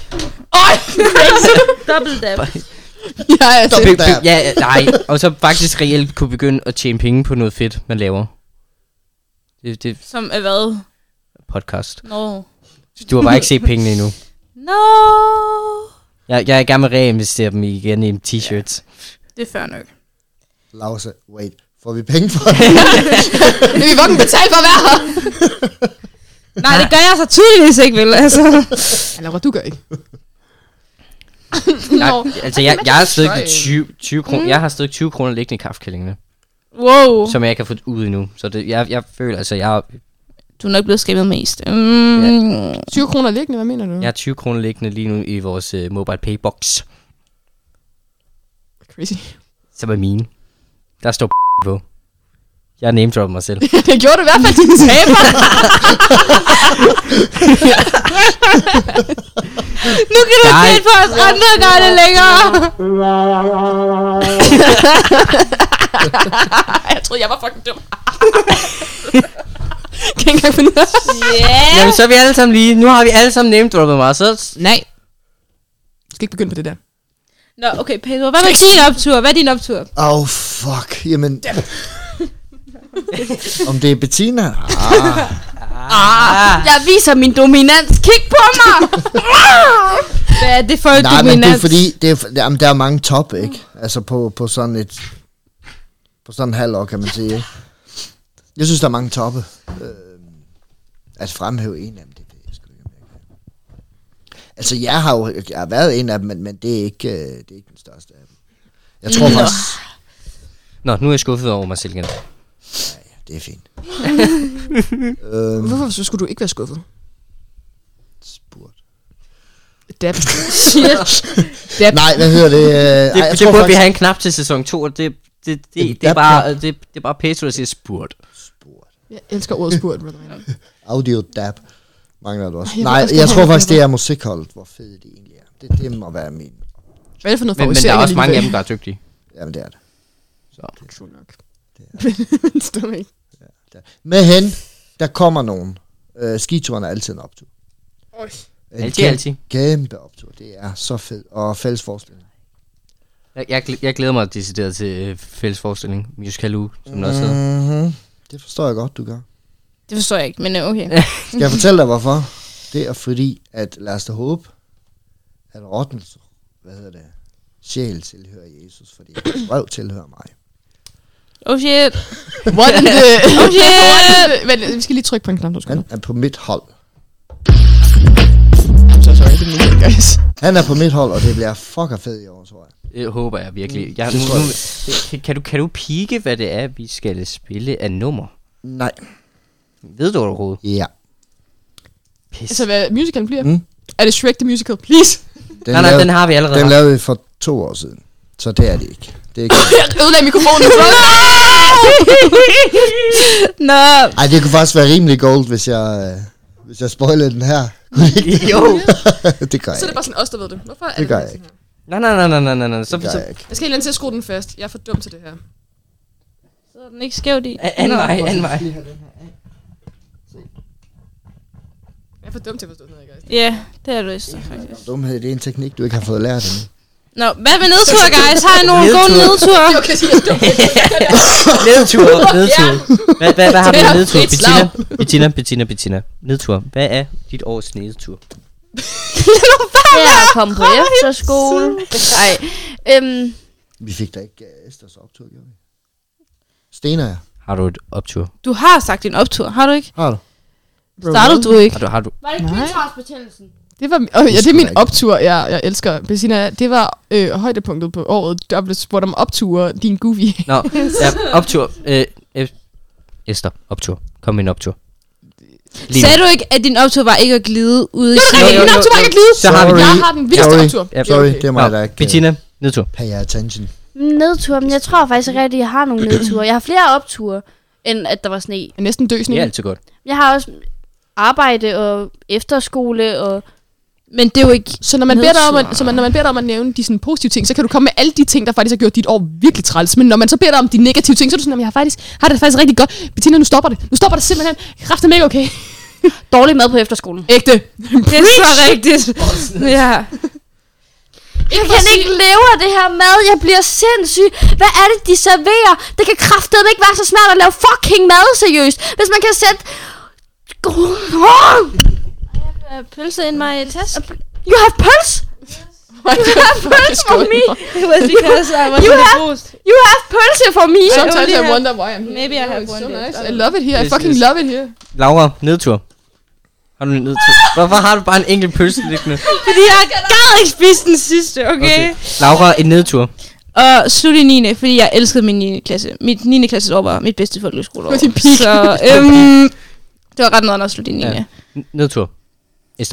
[SPEAKER 5] Double dab.
[SPEAKER 2] Ja, altså.
[SPEAKER 1] Be- be- ja, nej, og så faktisk reelt kunne begynde at tjene penge på noget fedt, man laver. Det, det
[SPEAKER 5] Som er hvad?
[SPEAKER 1] podcast.
[SPEAKER 5] Nå.
[SPEAKER 1] Du har bare ikke set pengene endnu.
[SPEAKER 5] Nå.
[SPEAKER 1] Jeg, jeg er i gang med at reinvestere dem igen i t-shirts.
[SPEAKER 5] Det er fair nok.
[SPEAKER 3] Lause, wait. Får vi penge for det?
[SPEAKER 2] Det vil vi fucking betale for at være her.
[SPEAKER 5] Nej, det gør jeg så tydeligvis ikke, vel? Altså.
[SPEAKER 2] Eller hvad du gør ikke.
[SPEAKER 1] Nej, altså jeg, jeg har stadig tyve, tyve kroner, jeg har stadig tyve kroner liggende i kaffekællingene,
[SPEAKER 5] Wow.
[SPEAKER 1] som jeg ikke har fået ud endnu. Så det, jeg, jeg føler, altså jeg,
[SPEAKER 5] Du er nok blevet skrevet mest. Mm.
[SPEAKER 2] tyve kroner liggende, hvad mener du?
[SPEAKER 1] jeg har tyve kroner liggende lige nu i vores uh, mobile pay box,
[SPEAKER 2] Crazy.
[SPEAKER 1] som er mine. Der står på. Jeg name-dropper mig selv.
[SPEAKER 2] Det gjorde du i hvert fald til din taber.
[SPEAKER 5] Nu kan du
[SPEAKER 1] Nej.
[SPEAKER 5] ikke på os andre gør det længere.
[SPEAKER 2] Jeg troede, jeg var fucking dum. Kan ikke engang finde ud af.
[SPEAKER 5] Yeah.
[SPEAKER 1] Jamen så er vi alle sammen lige, nu har vi alle sammen name-droppet mig, så
[SPEAKER 2] Nej. Jeg skal ikke begynde på det der.
[SPEAKER 5] Nå, okay, Pedro. Hvad er din optur? Hvad er din optur?
[SPEAKER 3] Oh, fuck. Jamen... Om det er Bettina? Ah.
[SPEAKER 1] ah.
[SPEAKER 4] Jeg viser min dominans. Kig på mig.
[SPEAKER 5] Hvad er det for et
[SPEAKER 3] Nej, men det er
[SPEAKER 5] dominans?
[SPEAKER 3] fordi, det er, jamen, der er mange top, ikke? Altså på, på sådan et... På sådan en halv år, kan man sige, ikke? Jeg synes, der er mange toppe. Øh, at fremhæve en af dem, det ved jeg sgu ikke, om jeg kan. Altså, jeg har jo jeg har været en af dem, men, men det, er ikke, øh, det er ikke den største af dem. Jeg tror
[SPEAKER 5] Nå.
[SPEAKER 3] faktisk...
[SPEAKER 1] Nå, nu er jeg skuffet over mig selv igen.
[SPEAKER 3] Ja, ja, det er fint. øhm,
[SPEAKER 2] Hvorfor så skulle du ikke være skuffet?
[SPEAKER 3] spurgt.
[SPEAKER 2] Dab.
[SPEAKER 5] Shit.
[SPEAKER 2] Dab.
[SPEAKER 3] Nej, hvad hedder det? Øh,
[SPEAKER 1] Det,
[SPEAKER 3] ej,
[SPEAKER 1] det
[SPEAKER 3] jeg
[SPEAKER 1] burde
[SPEAKER 3] tror
[SPEAKER 1] vi
[SPEAKER 3] faktisk...
[SPEAKER 1] have en knap til sæson to, og det, det, det, det, det, er bare, det, det er bare Petro, der siger spurt.
[SPEAKER 3] Spurgt.
[SPEAKER 2] Jeg elsker ordet spurt, brother.
[SPEAKER 3] Audio dab. Mangler du også.
[SPEAKER 2] Jeg vil
[SPEAKER 3] Nej,
[SPEAKER 2] også
[SPEAKER 3] jeg
[SPEAKER 2] gerne
[SPEAKER 3] tror
[SPEAKER 2] have
[SPEAKER 3] faktisk,
[SPEAKER 2] det.
[SPEAKER 3] det er musikholdet, hvor fede de egentlig er. Det, det må være min...
[SPEAKER 2] Hvad er det for noget
[SPEAKER 1] Men, men der er også mange af dem, der er dygtige.
[SPEAKER 3] Jamen, det er det.
[SPEAKER 1] Så.
[SPEAKER 2] True nok.
[SPEAKER 3] Det
[SPEAKER 2] Men stod ikke.
[SPEAKER 3] er det. Men hen, der kommer nogen. Øh, skituren er altid en optur.
[SPEAKER 2] Øj.
[SPEAKER 3] En
[SPEAKER 1] Altid,
[SPEAKER 3] kæmpe-
[SPEAKER 1] altid.
[SPEAKER 3] Kæmpe optur. Det er så fedt. Og fælles forestilling.
[SPEAKER 1] Jeg, jeg, gl- jeg glæder mig decideret til øh, fælles forestilling, Musical Uge, som mm. der også hedder.
[SPEAKER 3] Mm-hmm. Det forstår jeg godt, du gør.
[SPEAKER 5] Det forstår jeg ikke, men øh, okay.
[SPEAKER 3] Skal jeg fortælle dig, hvorfor? Det er fordi, at lad os da håbe, at rottens, hvad hedder det, sjæl tilhører Jesus, fordi hans røv tilhører mig.
[SPEAKER 5] Oh shit.
[SPEAKER 2] What in the...
[SPEAKER 5] Oh shit.
[SPEAKER 2] Vent, vi skal lige trykke på en knap, du skal.
[SPEAKER 3] Han er på mit hold.
[SPEAKER 2] I'm so sorry, det er min guys.
[SPEAKER 3] Han er på mit hold, og det bliver fucker fed i år, tror jeg.
[SPEAKER 1] Det håber jeg virkelig. Jeg,
[SPEAKER 3] Det
[SPEAKER 1] nu,
[SPEAKER 3] tror
[SPEAKER 1] nu,
[SPEAKER 3] jeg.
[SPEAKER 1] kan, kan, du, kan du pike, hvad det er, vi skal spille af nummer?
[SPEAKER 3] Nej.
[SPEAKER 1] Ved du overhovedet?
[SPEAKER 3] Ja.
[SPEAKER 1] Pis.
[SPEAKER 2] Altså, hvad musicalen bliver?
[SPEAKER 3] Mm.
[SPEAKER 2] Er det Shrek the Musical? Please!
[SPEAKER 3] Den,
[SPEAKER 1] nej, nej,
[SPEAKER 3] lavede,
[SPEAKER 1] den har vi allerede
[SPEAKER 3] den
[SPEAKER 1] haft.
[SPEAKER 3] lavede vi for to år siden. Så det er det ikke. Det er ikke.
[SPEAKER 2] Jeg ødelagde mikrofonen.
[SPEAKER 5] Nå.
[SPEAKER 3] Ej, det kunne faktisk være rimelig gold, hvis jeg, øh, hvis jeg spoilede den her.
[SPEAKER 1] Jo.
[SPEAKER 3] Det gør
[SPEAKER 2] Så er det
[SPEAKER 3] jeg
[SPEAKER 2] bare sådan os, der ved det. Hvorfor er
[SPEAKER 3] Det gør jeg
[SPEAKER 2] sådan
[SPEAKER 3] ikke.
[SPEAKER 2] her?
[SPEAKER 1] Nej, nej, nej, nej, nej, nej. Så,
[SPEAKER 3] Det gør
[SPEAKER 1] så,
[SPEAKER 3] jeg ikke.
[SPEAKER 2] Jeg skal helt til at skrue den fast. Jeg er for dum til det her.
[SPEAKER 5] Så er den ikke skævt i.
[SPEAKER 1] A- anden
[SPEAKER 5] Nå.
[SPEAKER 1] vej, anden vej.
[SPEAKER 2] Jeg er for dum til at forstå den her, guys.
[SPEAKER 5] Ja, det er du vist, faktisk.
[SPEAKER 3] Dumhed, det er en teknik, du ikke har fået lært endnu.
[SPEAKER 5] Nå, hvad med nedtur, guys? Har I nogen
[SPEAKER 1] Nedtur.
[SPEAKER 5] gode nedture?
[SPEAKER 2] Det er okay, sige, jeg er dum.
[SPEAKER 1] nedtur, nedtur. Hvad, hvad, hvad har vi
[SPEAKER 2] Det er
[SPEAKER 1] af nedtur?
[SPEAKER 2] frit
[SPEAKER 1] Bettina,
[SPEAKER 2] slag.
[SPEAKER 1] Bettina, Bettina, Bettina. Nedtur. Hvad er dit års nedtur?
[SPEAKER 4] Det er at komme på efterskole. Nej. Øhm,
[SPEAKER 3] Vi fik da ikke uh, Esters optur, gjorde vi? Stena, ja.
[SPEAKER 1] Har du et optur?
[SPEAKER 5] Du har sagt din optur, har du ikke?
[SPEAKER 3] Har du?
[SPEAKER 5] Startede du ikke?
[SPEAKER 1] Har du, har du?
[SPEAKER 4] var det
[SPEAKER 2] Nej.
[SPEAKER 4] kvindsvarsbetændelsen?
[SPEAKER 2] Det var, og, ja, det er min optur, jeg, jeg elsker. Bettina, det var øh, højdepunktet på året. Der blev spurgt om opture, din goofy.
[SPEAKER 1] Nå, ja, optur. Øh, øh, Esther, optur. Kom med en optur. Lige
[SPEAKER 5] Sagde du ikke, at din optur var ikke at glide ude i
[SPEAKER 2] Nej,
[SPEAKER 5] sneen?
[SPEAKER 2] min optur var ikke at glide.
[SPEAKER 1] Så har vi
[SPEAKER 2] Jeg
[SPEAKER 1] lige-
[SPEAKER 2] har den vildeste
[SPEAKER 3] Sorry.
[SPEAKER 2] optur.
[SPEAKER 1] Ja,
[SPEAKER 3] Sorry,
[SPEAKER 1] okay.
[SPEAKER 3] det er mig, der ikke...
[SPEAKER 1] Bettina, nedtur.
[SPEAKER 3] Pay attention.
[SPEAKER 4] Nedtur, men jeg tror faktisk ikke rigtigt, at jeg har nogle nedture. Jeg har flere opture, end at der var sne.
[SPEAKER 2] Jeg er næsten død
[SPEAKER 1] Det
[SPEAKER 2] sådan
[SPEAKER 1] er
[SPEAKER 2] en.
[SPEAKER 1] altid godt.
[SPEAKER 4] Jeg har også arbejde og efterskole og...
[SPEAKER 5] Men det er jo ikke...
[SPEAKER 2] Så når man, beder dig om
[SPEAKER 4] Nedtur.
[SPEAKER 2] at, så man, når man beder dig om at nævne de sådan, positive ting, så kan du komme med alle de ting, der faktisk har gjort dit år virkelig træls. Men når man så beder dig om de negative ting, så er du sådan, at jeg har, faktisk, har det faktisk rigtig godt. Bettina, nu stopper det. Nu stopper det simpelthen. Kræften er mega okay.
[SPEAKER 4] Dårlig mad på efterskolen.
[SPEAKER 2] Ægte.
[SPEAKER 5] Det er så rigtigt. Ja.
[SPEAKER 4] Jeg kan ikke leve af det her mad. Jeg bliver sindssyg. Hvad er det, de serverer? Det kan kraftedeme ikke være så svært at lave fucking mad, seriøst. Hvis man kan sætte... Oh!
[SPEAKER 5] Pølse in my test.
[SPEAKER 4] You have pulse? You have pulse for me?
[SPEAKER 5] It was because I was
[SPEAKER 4] You
[SPEAKER 5] in the
[SPEAKER 4] have-
[SPEAKER 5] boost.
[SPEAKER 4] You have pulse for me?
[SPEAKER 2] Sometimes
[SPEAKER 5] only
[SPEAKER 2] I
[SPEAKER 5] have-
[SPEAKER 2] wonder why I'm here.
[SPEAKER 5] Maybe I
[SPEAKER 2] Oh,
[SPEAKER 5] have
[SPEAKER 2] it's
[SPEAKER 5] one
[SPEAKER 2] so
[SPEAKER 5] day.
[SPEAKER 2] nice. I love it here. I
[SPEAKER 1] Yes,
[SPEAKER 2] fucking
[SPEAKER 1] yes.
[SPEAKER 2] love it here.
[SPEAKER 1] Laura, nedtur. Har du en nedtur? Hvorfor har du bare en enkelt pølse liggende?
[SPEAKER 5] Fordi jeg gad ikke spise den sidste, okay? okay.
[SPEAKER 1] Laura, en nedtur.
[SPEAKER 5] Og slut i niende, fordi jeg elskede min niende klasse. Mit niende klasses år var mit bedste folkeskoleår.
[SPEAKER 2] Det var din peak.
[SPEAKER 5] Så øhm, det var ret noget at slutte i niende.
[SPEAKER 1] Ja. N- Nedtur. Esther.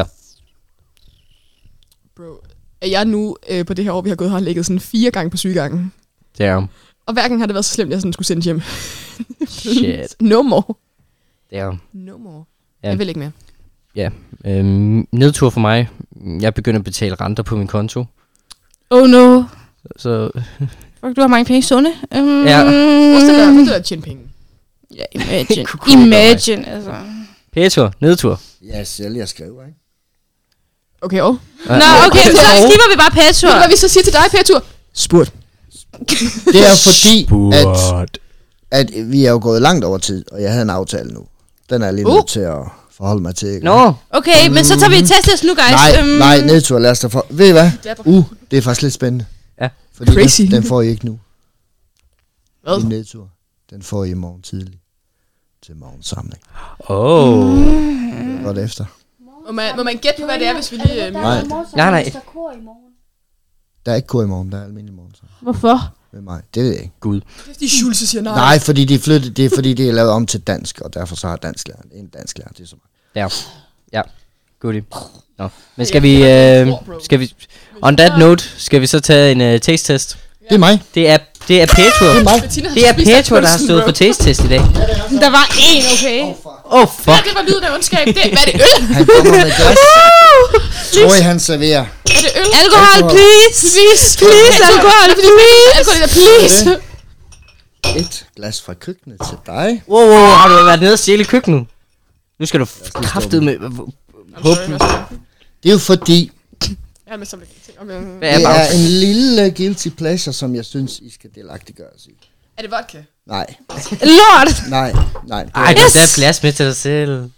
[SPEAKER 2] Bro, at jeg nu øh, på det her år, vi har gået, har ligget sådan fire gange på sygegangen.
[SPEAKER 1] Damn.
[SPEAKER 2] Og hver gang har det været så slemt, at jeg sådan skulle sendes hjem.
[SPEAKER 1] Shit.
[SPEAKER 2] No more.
[SPEAKER 1] Damn.
[SPEAKER 2] No more.
[SPEAKER 1] Ja.
[SPEAKER 2] Jeg vil ikke mere.
[SPEAKER 1] Ja. Øhm, nedtur for mig. Jeg begynder at betale renter på min konto.
[SPEAKER 5] Oh no.
[SPEAKER 1] Så
[SPEAKER 5] Fuck, du har mange penge stående. Um,
[SPEAKER 1] Ja.
[SPEAKER 2] Forestil dig, forestil dig at tjene penge.
[SPEAKER 5] Ja, imagine.
[SPEAKER 1] Kunne- kunne ikke være
[SPEAKER 5] Imagine, altså.
[SPEAKER 1] Petur, nedtur.
[SPEAKER 3] Ja, selv jeg skriver, ikke?
[SPEAKER 2] Okay, og.
[SPEAKER 5] Nå, okay, så skipper vi bare Petur.
[SPEAKER 2] Ved du, hvad vi så siger til dig, Petur? Spurt.
[SPEAKER 3] Det er fordi, at, at vi er jo gået langt over tid, og jeg havde en aftale nu. Den er jeg lige
[SPEAKER 2] Uh.
[SPEAKER 3] nødt til at forholde mig til. Ikke?
[SPEAKER 1] Nå.
[SPEAKER 5] Okay, men så tager vi et test nu, guys.
[SPEAKER 3] Nej,
[SPEAKER 5] Øhm,
[SPEAKER 3] nej, nedtur, lad os da for... Ved I hvad? Uh, det er faktisk lidt spændende.
[SPEAKER 1] Ja.
[SPEAKER 3] Fordi
[SPEAKER 2] Crazy.
[SPEAKER 3] Den, den får I ikke nu.
[SPEAKER 2] Hvad?
[SPEAKER 3] Din nedtur. Den får I i morgen tidlig. Til morgensamling.
[SPEAKER 1] Oh.
[SPEAKER 3] Godt efter.
[SPEAKER 2] Må man, må man gætte på, hvad det er, hvis vi lige... Øh,
[SPEAKER 3] Nej.
[SPEAKER 1] Nej, nej.
[SPEAKER 3] Der er ikke kor i morgen, der er almindelig morgensamling.
[SPEAKER 5] Hvorfor?
[SPEAKER 3] Med mig. Det ved jeg ikke.
[SPEAKER 1] Gud.
[SPEAKER 2] de Schulze siger nej.
[SPEAKER 3] Nej, fordi de flyttede, det er fordi, det er lavet om til dansk, og derfor så har dansklæreren en dansklærer. Det er så meget.
[SPEAKER 1] Ja. Ja. Goodie. Nå. Men skal vi, øh, skal vi... On that note, skal vi så tage en uh, taste test.
[SPEAKER 3] Det er mig.
[SPEAKER 1] Det er, det er Petur.
[SPEAKER 3] Det er mig.
[SPEAKER 2] Bettina har
[SPEAKER 1] Det er
[SPEAKER 2] spist af
[SPEAKER 1] Petur, der har
[SPEAKER 2] pølsen,
[SPEAKER 1] stået
[SPEAKER 2] bro.
[SPEAKER 1] for taste test i dag.
[SPEAKER 5] Der var en, okay?
[SPEAKER 1] Åh, oh, fuck.
[SPEAKER 2] Ja, det var lyden af ondskab. Det, hvad er det, øl?
[SPEAKER 3] Han kommer med glas. Tror I, han serverer?
[SPEAKER 2] Er det øl?
[SPEAKER 5] Alkohol,
[SPEAKER 3] Alkohol.
[SPEAKER 5] please! Please, please, alkohol, please!
[SPEAKER 2] Alkohol, der, please.
[SPEAKER 3] Et glas fra køkkenet til dig.
[SPEAKER 1] Wow, wow, har du været nede og stjæle i køkkenet? Nu skal du kraftet med... Håb.
[SPEAKER 3] Det er jo fordi,
[SPEAKER 2] Ja, med så lidt ting. Okay.
[SPEAKER 1] Hvad er
[SPEAKER 3] det er
[SPEAKER 1] bagsen?
[SPEAKER 3] en lille guilty pleasure, som jeg synes, I skal delagtiggøres i.
[SPEAKER 2] Er det vodka?
[SPEAKER 3] Nej,
[SPEAKER 5] Lort!
[SPEAKER 3] nej, nej. Det
[SPEAKER 1] Ej,
[SPEAKER 3] er,
[SPEAKER 1] du
[SPEAKER 5] Yes.
[SPEAKER 1] har et glas med til dig selv.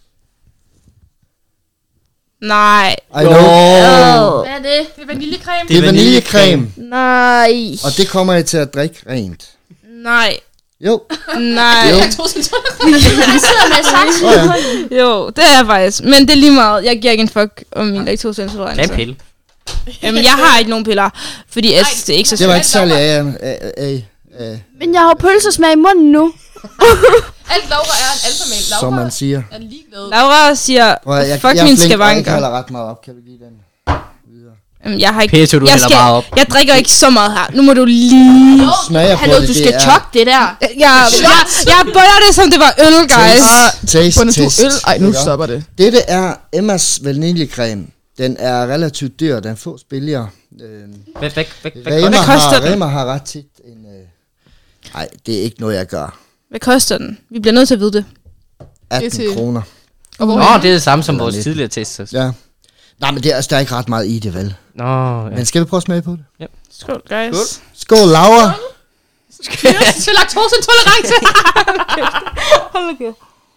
[SPEAKER 5] Nej.
[SPEAKER 3] I know.
[SPEAKER 4] Hvad er det?
[SPEAKER 2] Det er vaniljecreme.
[SPEAKER 3] Det er vaniljecreme,
[SPEAKER 4] Nej.
[SPEAKER 3] og det kommer I til at drikke rent.
[SPEAKER 5] Nej.
[SPEAKER 3] Jo,
[SPEAKER 5] Nej.
[SPEAKER 3] Jo.
[SPEAKER 2] Jeg tror sådan,
[SPEAKER 4] Jeg sidder med saksen.
[SPEAKER 3] oh, ja.
[SPEAKER 5] Jo, det er jeg faktisk. Men det er lige meget. Jeg giver ikke en fuck om min laktoseintolerance.
[SPEAKER 1] Tag en pille.
[SPEAKER 5] Jamen, jeg har ikke nogen piller, fordi at det er ikke så
[SPEAKER 3] Det var
[SPEAKER 5] svært.
[SPEAKER 3] ikke særlig af, af, af, af,
[SPEAKER 4] Men jeg har pølsesmag i munden nu.
[SPEAKER 2] alt Laura er en alfamæl.
[SPEAKER 3] som
[SPEAKER 2] Laura
[SPEAKER 3] man siger.
[SPEAKER 2] er ligeglad.
[SPEAKER 5] Laura siger,
[SPEAKER 3] Prøv, at- jeg,
[SPEAKER 5] fuck
[SPEAKER 3] jeg,
[SPEAKER 5] min
[SPEAKER 3] er flink, og jeg
[SPEAKER 5] skavanker.
[SPEAKER 3] kalder ret meget op. Kan du give den videre?
[SPEAKER 5] Jamen, jeg har ikke...
[SPEAKER 1] Peter, du
[SPEAKER 5] jeg,
[SPEAKER 1] hælder bare op.
[SPEAKER 5] jeg drikker ikke så meget her. Nu må du lige...
[SPEAKER 3] Smager på
[SPEAKER 4] Hallo,
[SPEAKER 3] det,
[SPEAKER 4] du
[SPEAKER 3] det
[SPEAKER 4] skal
[SPEAKER 3] er
[SPEAKER 4] chokke det der.
[SPEAKER 5] Jeg, jeg, jeg bøjer det, som det var øl, guys.
[SPEAKER 3] taste
[SPEAKER 2] Bundet du
[SPEAKER 3] test.
[SPEAKER 2] øl? Ej, nu
[SPEAKER 3] Ikke?
[SPEAKER 2] stopper det.
[SPEAKER 3] Dette er Emmas vaniljecreme. Den er relativt dyr, den fås billigere. Øh,
[SPEAKER 1] Hvad, hvad, hvad, hvad,
[SPEAKER 3] Rema,
[SPEAKER 5] Hvad koster
[SPEAKER 3] har,
[SPEAKER 5] den?
[SPEAKER 3] Rema har ret tit en... Øh, nej, det er ikke noget, jeg gør.
[SPEAKER 5] Hvad koster den? Vi bliver nødt til at vide det.
[SPEAKER 3] atten
[SPEAKER 2] til-
[SPEAKER 3] kroner.
[SPEAKER 2] Og hvor
[SPEAKER 1] Nå, det er det samme som
[SPEAKER 3] Eller
[SPEAKER 1] vores
[SPEAKER 3] lidt.
[SPEAKER 1] tidligere test.
[SPEAKER 3] Ja. Nej, men det er, altså, der er ikke ret meget i det, vel?
[SPEAKER 1] Nå, ja.
[SPEAKER 3] Men skal vi prøve at smage på det?
[SPEAKER 5] Skål, guys.
[SPEAKER 1] Skål.
[SPEAKER 3] Skål, Laura!
[SPEAKER 2] til laktoseintolerance.
[SPEAKER 5] Hold da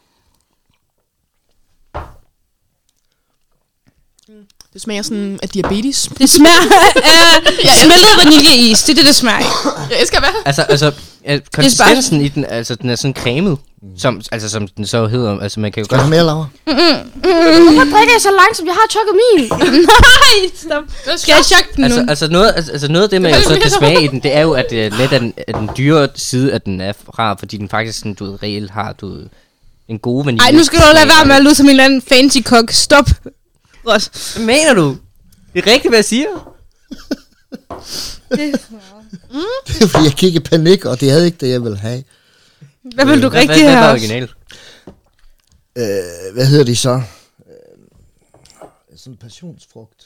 [SPEAKER 2] Det smager sådan af diabetes.
[SPEAKER 5] Det smager af smeltet vaniljeis. Det er det, det smager af.
[SPEAKER 2] Jeg elsker hvad?
[SPEAKER 1] Altså, altså, Ja, konsistensen i den, altså den er sådan cremet, mm. som, altså som den så hedder, altså man kan jo
[SPEAKER 3] Skal du
[SPEAKER 1] godt...
[SPEAKER 3] have mere, Laura?
[SPEAKER 4] Hvorfor drikker jeg så langsomt? Jeg har chokket min.
[SPEAKER 5] Nej, stop. Skal jeg chokke den nu?
[SPEAKER 1] Altså, altså, noget, altså, altså noget af det med så det smage i den, det er jo, at det er lidt af den, af den dyre side, at den er rar, fordi den faktisk sådan, du ved, reelt har, du ved, en god vanilje.
[SPEAKER 5] Ej, nu skal du lade være med at lyde som en eller anden fancy kok. Stop. Ross.
[SPEAKER 1] Hvad mener du? Det er rigtigt, hvad jeg siger.
[SPEAKER 5] Det,
[SPEAKER 3] Det er fordi, jeg kiggede i panik, og det havde ikke det, jeg ville have.
[SPEAKER 5] hvad vil du
[SPEAKER 1] Hvad,
[SPEAKER 5] rigtig
[SPEAKER 1] hvad, hvad
[SPEAKER 5] have?
[SPEAKER 1] er originalt?
[SPEAKER 3] Øh, hvad hedder de så? Øh, sådan en passionsfrugt.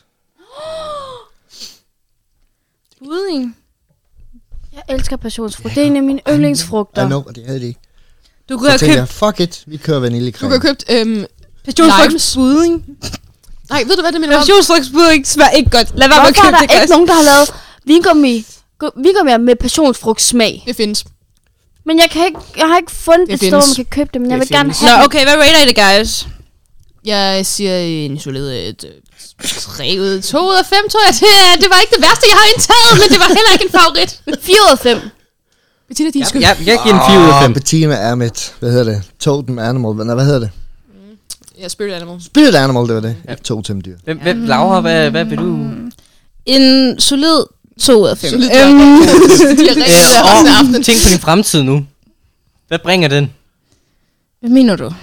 [SPEAKER 5] Budding.
[SPEAKER 4] Jeg elsker passionsfrugt. Det er en af mine yndlingsfrugter.
[SPEAKER 3] I know, og det havde de ikke.
[SPEAKER 5] Du kunne
[SPEAKER 3] Så
[SPEAKER 5] have
[SPEAKER 3] tænkte
[SPEAKER 5] købt
[SPEAKER 3] jeg, fuck it, vi kører
[SPEAKER 2] Du
[SPEAKER 3] vaniljekrem.
[SPEAKER 2] kan have købt... Øhm,
[SPEAKER 5] passionsfrugts budding.
[SPEAKER 2] nej, ved du hvad det mener?
[SPEAKER 5] Passionsfrugts budding smager ikke godt. Lad være med at
[SPEAKER 4] Hvorfor er
[SPEAKER 5] købe
[SPEAKER 4] der
[SPEAKER 5] det,
[SPEAKER 4] ikke
[SPEAKER 5] guys.
[SPEAKER 4] nogen, der har lavet vingummi, gu- vingummi med passionsfrugtsmag?
[SPEAKER 2] Det findes.
[SPEAKER 4] Men jeg, kan ikke, jeg har ikke fundet
[SPEAKER 2] Det
[SPEAKER 4] et sted, hvor man
[SPEAKER 2] findes.
[SPEAKER 4] kan købe det, men jeg
[SPEAKER 2] Det
[SPEAKER 4] vil gerne
[SPEAKER 2] findes.
[SPEAKER 4] have
[SPEAKER 5] Nå,
[SPEAKER 4] det.
[SPEAKER 5] okay, hvad rater I det, guys?
[SPEAKER 2] Jeg siger en solid et, tre ud af to ud af fem, tror jeg. Det, er- det var ikke det værste, jeg har indtaget, men det var heller ikke en favorit.
[SPEAKER 4] fire ud af fem.
[SPEAKER 2] Bettina, de er
[SPEAKER 1] Jeg,
[SPEAKER 2] sgu...
[SPEAKER 1] jeg, jeg giver en fire ud af
[SPEAKER 3] Åh,
[SPEAKER 1] fem.
[SPEAKER 3] Bettina er mit, hvad hedder det? Totem Animal, nej, hvad hedder det?
[SPEAKER 2] Ja, Spirit Animal.
[SPEAKER 3] Spirit Animal, det var det. Ja. Totem dyr.
[SPEAKER 1] Hvem, hvem, Laura, hvad, hvad vil du?
[SPEAKER 5] En solid to ud af fem.
[SPEAKER 2] Solid,
[SPEAKER 5] Øhm,
[SPEAKER 2] de er rigtig
[SPEAKER 1] Ja,
[SPEAKER 2] der resten af aftenen.
[SPEAKER 1] og tænk på din fremtid nu. Hvad bringer den?
[SPEAKER 5] Hvad mener du?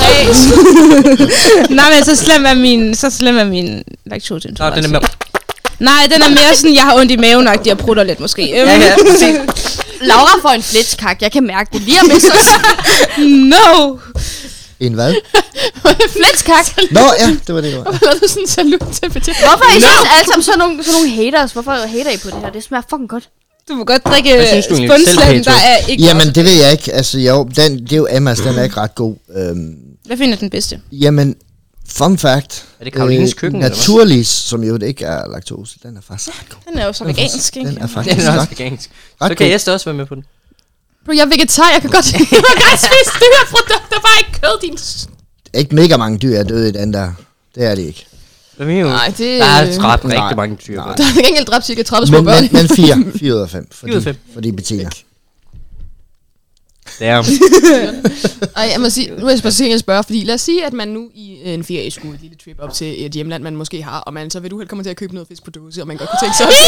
[SPEAKER 5] Nej, men så slem er min, så slem er min
[SPEAKER 1] Nå,
[SPEAKER 5] laktoseintolerance.
[SPEAKER 1] den er med.
[SPEAKER 5] Nej, den er mere sådan, jeg har ondt i maven, og jeg prutter lidt måske. Øhm,
[SPEAKER 1] Ja, ja, præcis.
[SPEAKER 4] Laura får en flitskak. Jeg kan mærke det lige om lidt.
[SPEAKER 5] No!
[SPEAKER 3] En hvad?
[SPEAKER 4] Flitskak.
[SPEAKER 3] Nå, ja, det var det, det var.
[SPEAKER 2] Hvorfor lavede du sådan en salut til Bettina?
[SPEAKER 4] Hvorfor er I no. alle sammen sådan nogle, sådan nogle haters? Hvorfor hater I på det her? Det smager fucking godt.
[SPEAKER 5] Du må godt drikke
[SPEAKER 1] Hvad synes du egentlig selv,
[SPEAKER 5] spunsland,
[SPEAKER 1] Pedro?
[SPEAKER 5] der er ikke
[SPEAKER 3] Jamen,
[SPEAKER 5] godt.
[SPEAKER 3] det ved jeg ikke. Altså, jo, den, det er jo Emmas, den er ikke ret god. Øhm,
[SPEAKER 5] Hvad finder den bedste?
[SPEAKER 3] jamen, fun fact.
[SPEAKER 1] Er det Karolines køkken, eller hvad?
[SPEAKER 3] Naturlis, som jo ikke er laktose, den er faktisk ret god.
[SPEAKER 5] Den er jo så vegansk, ikke?
[SPEAKER 3] Den er
[SPEAKER 1] Den
[SPEAKER 3] faktisk
[SPEAKER 1] er også
[SPEAKER 3] ret,
[SPEAKER 1] vegansk.
[SPEAKER 3] ret
[SPEAKER 1] Så kan
[SPEAKER 3] god.
[SPEAKER 1] Esther også være med på den.
[SPEAKER 2] Bro, jeg er vegetar, jeg kan godt, jeg kan godt spise det her produkt, der bare ikke kød, din...
[SPEAKER 3] Ikke mega mange dyr er døde i den der. Det er det ikke.
[SPEAKER 1] Hvad mener du?
[SPEAKER 2] Nej, det...
[SPEAKER 1] Der er dræbt
[SPEAKER 3] Nej.
[SPEAKER 1] rigtig mange dyr.
[SPEAKER 3] Nej.
[SPEAKER 2] Der er ikke enkelt dræbt cirka tredive små
[SPEAKER 3] Men,
[SPEAKER 2] børn.
[SPEAKER 3] men, men fire. Fire ud af fem. Fordi,
[SPEAKER 1] Fire ud af fem.
[SPEAKER 3] Fordi Bettina.
[SPEAKER 1] Damn.
[SPEAKER 2] Ej, jeg må sige, nu er jeg bare sikkert spørge, fordi lad os sige, at man nu i øh, en ferie skulle et lille trip op til et hjemland, man måske har, og man så vil du helt komme til at købe noget fisk på dåse, og man godt kunne tænke sig at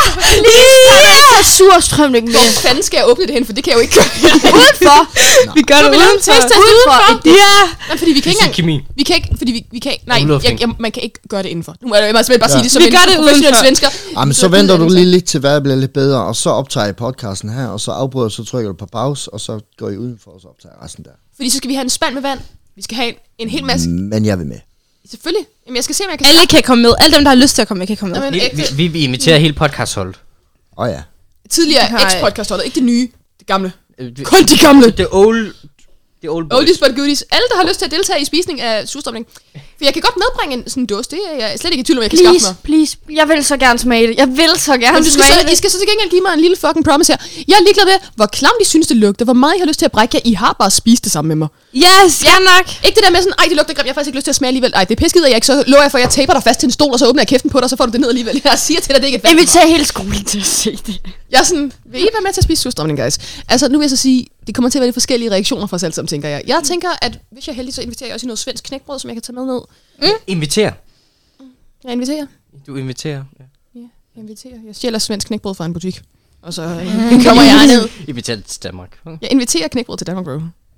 [SPEAKER 4] Ja! Surstrømning med.
[SPEAKER 2] hvor fanden skal jeg åbne det hen, for det kan jeg jo ikke gøre.
[SPEAKER 4] Udenfor.
[SPEAKER 5] Vi gør det
[SPEAKER 2] Vi laver en
[SPEAKER 5] udenfor.
[SPEAKER 2] testtest
[SPEAKER 4] Udenfor.
[SPEAKER 2] udenfor.
[SPEAKER 5] Ja!
[SPEAKER 2] Nej, fordi vi kan ikke engang...
[SPEAKER 1] Fysikkemi.
[SPEAKER 2] Vi kan ikke, fordi vi, vi kan ikke, nej,
[SPEAKER 1] Udluftning.
[SPEAKER 2] jeg, jeg, man kan ikke gøre det indenfor. Nu er jeg simpelthen bare
[SPEAKER 3] Ja.
[SPEAKER 2] sige det som
[SPEAKER 5] Vi
[SPEAKER 2] en
[SPEAKER 5] gør det
[SPEAKER 2] professionel
[SPEAKER 5] udenfor.
[SPEAKER 2] svensker.
[SPEAKER 3] Jamen, så venter du lige lidt til vejret bliver lidt bedre, og så optager I podcasten her, og så afbryder så trykker du på pause, og så går I udenfor, og så optager I resten der.
[SPEAKER 2] Fordi så skal vi have en spand med vand. Vi skal have en, en hel masse.
[SPEAKER 3] Men jeg vil med.
[SPEAKER 2] Selvfølgelig. Jamen, jeg skal se, om jeg kan...
[SPEAKER 5] Alle kan komme med. Alle dem, der har lyst til at komme med, kan komme med.
[SPEAKER 2] Jamen,
[SPEAKER 1] Vi,
[SPEAKER 2] ægte,
[SPEAKER 1] vi, vi inviterer hele podcastholdet.
[SPEAKER 3] Åh oh, ja.
[SPEAKER 2] tidligere
[SPEAKER 5] Nej.
[SPEAKER 2] ex-podcastholdet, ikke det nye, det gamle.
[SPEAKER 1] Øh, det-
[SPEAKER 2] Kun de gamle.
[SPEAKER 1] Det old... Det old boys.
[SPEAKER 2] Oldies but goodies. Alle, der har lyst til at deltage i spisning af surstrømning. For jeg kan godt medbringe en sådan en dåse. Det er jeg slet ikke i tvivl om, jeg kan skaffe mig.
[SPEAKER 4] Please, please. Jeg vil så gerne smage det. Jeg vil så gerne
[SPEAKER 2] Men du skal
[SPEAKER 4] smage
[SPEAKER 2] så, I
[SPEAKER 4] det.
[SPEAKER 2] skal så til gengæld give mig en lille fucking promise her. Jeg er ligeglad med, hvor klamt I synes, det lugter. Hvor meget I har lyst til at brække jer. I har bare spist det sammen med mig.
[SPEAKER 5] Yes, ja nok.
[SPEAKER 2] Ikke det der med sådan, ej, det lugter grimt. Jeg har faktisk ikke lyst til at smage alligevel. Ej, det er pisket, jeg ikke. Så lover jeg for, at jeg taper dig fast til en stol, og så åbner jeg kæften på dig, og så får du det ned alligevel. Jeg siger til dig, det er ikke et valg.
[SPEAKER 4] Inviter hele skolen til at se det.
[SPEAKER 2] Jeg er sådan, vil I være med til at spise surstrømning, guys? Altså, nu vil jeg så sige, det kommer til at være de forskellige reaktioner fra os alle sammen, tænker jeg. Jeg tænker, at hvis jeg er heldig, så inviterer jeg også i noget svensk knækbrød, som jeg kan tage med ned.
[SPEAKER 1] Inviter.
[SPEAKER 2] Jeg inviterer.
[SPEAKER 1] Du inviterer. Ja.
[SPEAKER 2] Ja, jeg inviterer. Jeg stjæler svensk knækbrød fra en butik. Og så øh, kommer jeg ned.
[SPEAKER 1] Inviterer til Danmark.
[SPEAKER 2] Jeg inviterer knækbrød til Danmark, bro.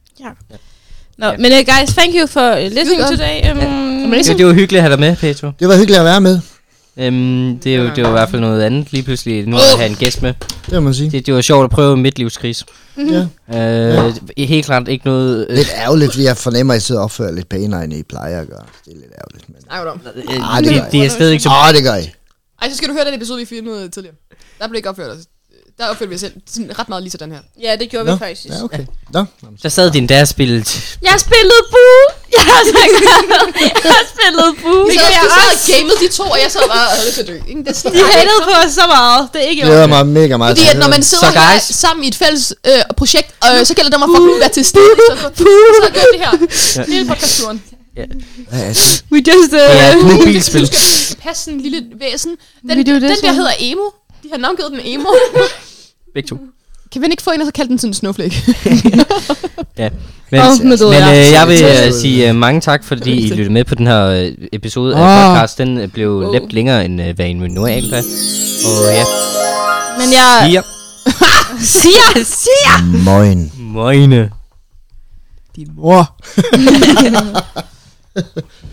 [SPEAKER 5] No, men uh, guys, thank you for listening
[SPEAKER 2] godt.
[SPEAKER 5] today. Um,
[SPEAKER 2] Men
[SPEAKER 1] Det, det var hyggeligt at have dig med, Pedro.
[SPEAKER 3] Det var hyggeligt at være med,
[SPEAKER 1] Øhm, det er jo det er jo i hvert fald noget andet lige pludselig nu at have en gæst med.
[SPEAKER 3] det må man sige.
[SPEAKER 1] Det, det var sjovt at prøve midtlivskris.
[SPEAKER 3] Ja.
[SPEAKER 1] Øh, helt klart ikke noget... Øh,
[SPEAKER 3] Lidt ærgerligt, fordi jeg fornemmer, at I sidder og opfører lidt pænere, end I plejer at gøre. Det er lidt ærgerligt, men...
[SPEAKER 2] Nej, om.
[SPEAKER 1] øh,
[SPEAKER 3] Ah, det
[SPEAKER 1] det,
[SPEAKER 3] gør
[SPEAKER 1] det, det er stadig ikke så...
[SPEAKER 3] Åh, det gør I.
[SPEAKER 2] Ej, så skal du høre den episode, vi filmede tidligere. Der blev ikke opført os. Der opførte vi os selv sådan ret meget lige sådan her.
[SPEAKER 5] ja, det gjorde
[SPEAKER 3] Nå,
[SPEAKER 5] vi faktisk.
[SPEAKER 3] ja, okay. Nå,
[SPEAKER 1] Der sad din der spillet...
[SPEAKER 4] Jeg har spillet Boo. Jeg har, så jeg har spillet Boo.
[SPEAKER 2] Vi sad, vi sad og gamede de to, og jeg sad bare og havde lyst til at dø. Ikke? Det er sådan,
[SPEAKER 5] De hatede på os så meget. Det er ikke
[SPEAKER 3] glæder mig mega meget
[SPEAKER 2] fordi
[SPEAKER 3] til
[SPEAKER 2] at når
[SPEAKER 3] høre
[SPEAKER 2] man
[SPEAKER 3] det.
[SPEAKER 2] sidder
[SPEAKER 1] Så
[SPEAKER 2] her
[SPEAKER 1] guys.
[SPEAKER 2] sammen i et fælles øh, projekt, øh, så gælder det om at fucking være til stede. Så, så gør det her. Hele podcastturen.
[SPEAKER 3] Hvad er det?
[SPEAKER 5] We just... Uh,
[SPEAKER 1] Det er et mobilspil.
[SPEAKER 2] Du skal passe sådan en lille væsen. Den,
[SPEAKER 5] We do
[SPEAKER 2] den
[SPEAKER 5] this
[SPEAKER 2] der
[SPEAKER 5] one.
[SPEAKER 2] hedder Emo. De har navngivet den Emo.
[SPEAKER 1] Begge to.
[SPEAKER 2] Kan vi ikke få en, og så kalde den sådan en snowflake?
[SPEAKER 1] Ja. Men,
[SPEAKER 5] Åh,
[SPEAKER 1] oh,
[SPEAKER 5] nu døde
[SPEAKER 1] men
[SPEAKER 5] jeg.
[SPEAKER 1] øh, jeg vil
[SPEAKER 3] Ja.
[SPEAKER 1] øh, sige uh, mange tak, fordi I lyttede med på den her øh, episode af
[SPEAKER 3] Åh.
[SPEAKER 1] podcast. Den øh, blev
[SPEAKER 2] Wow.
[SPEAKER 1] lidt længere, end øh, hvad en normalt er. Og ja,
[SPEAKER 5] Men jeg...
[SPEAKER 1] siger
[SPEAKER 5] Siger! Siger!
[SPEAKER 3] Moin.
[SPEAKER 1] møgne.
[SPEAKER 3] Din mor.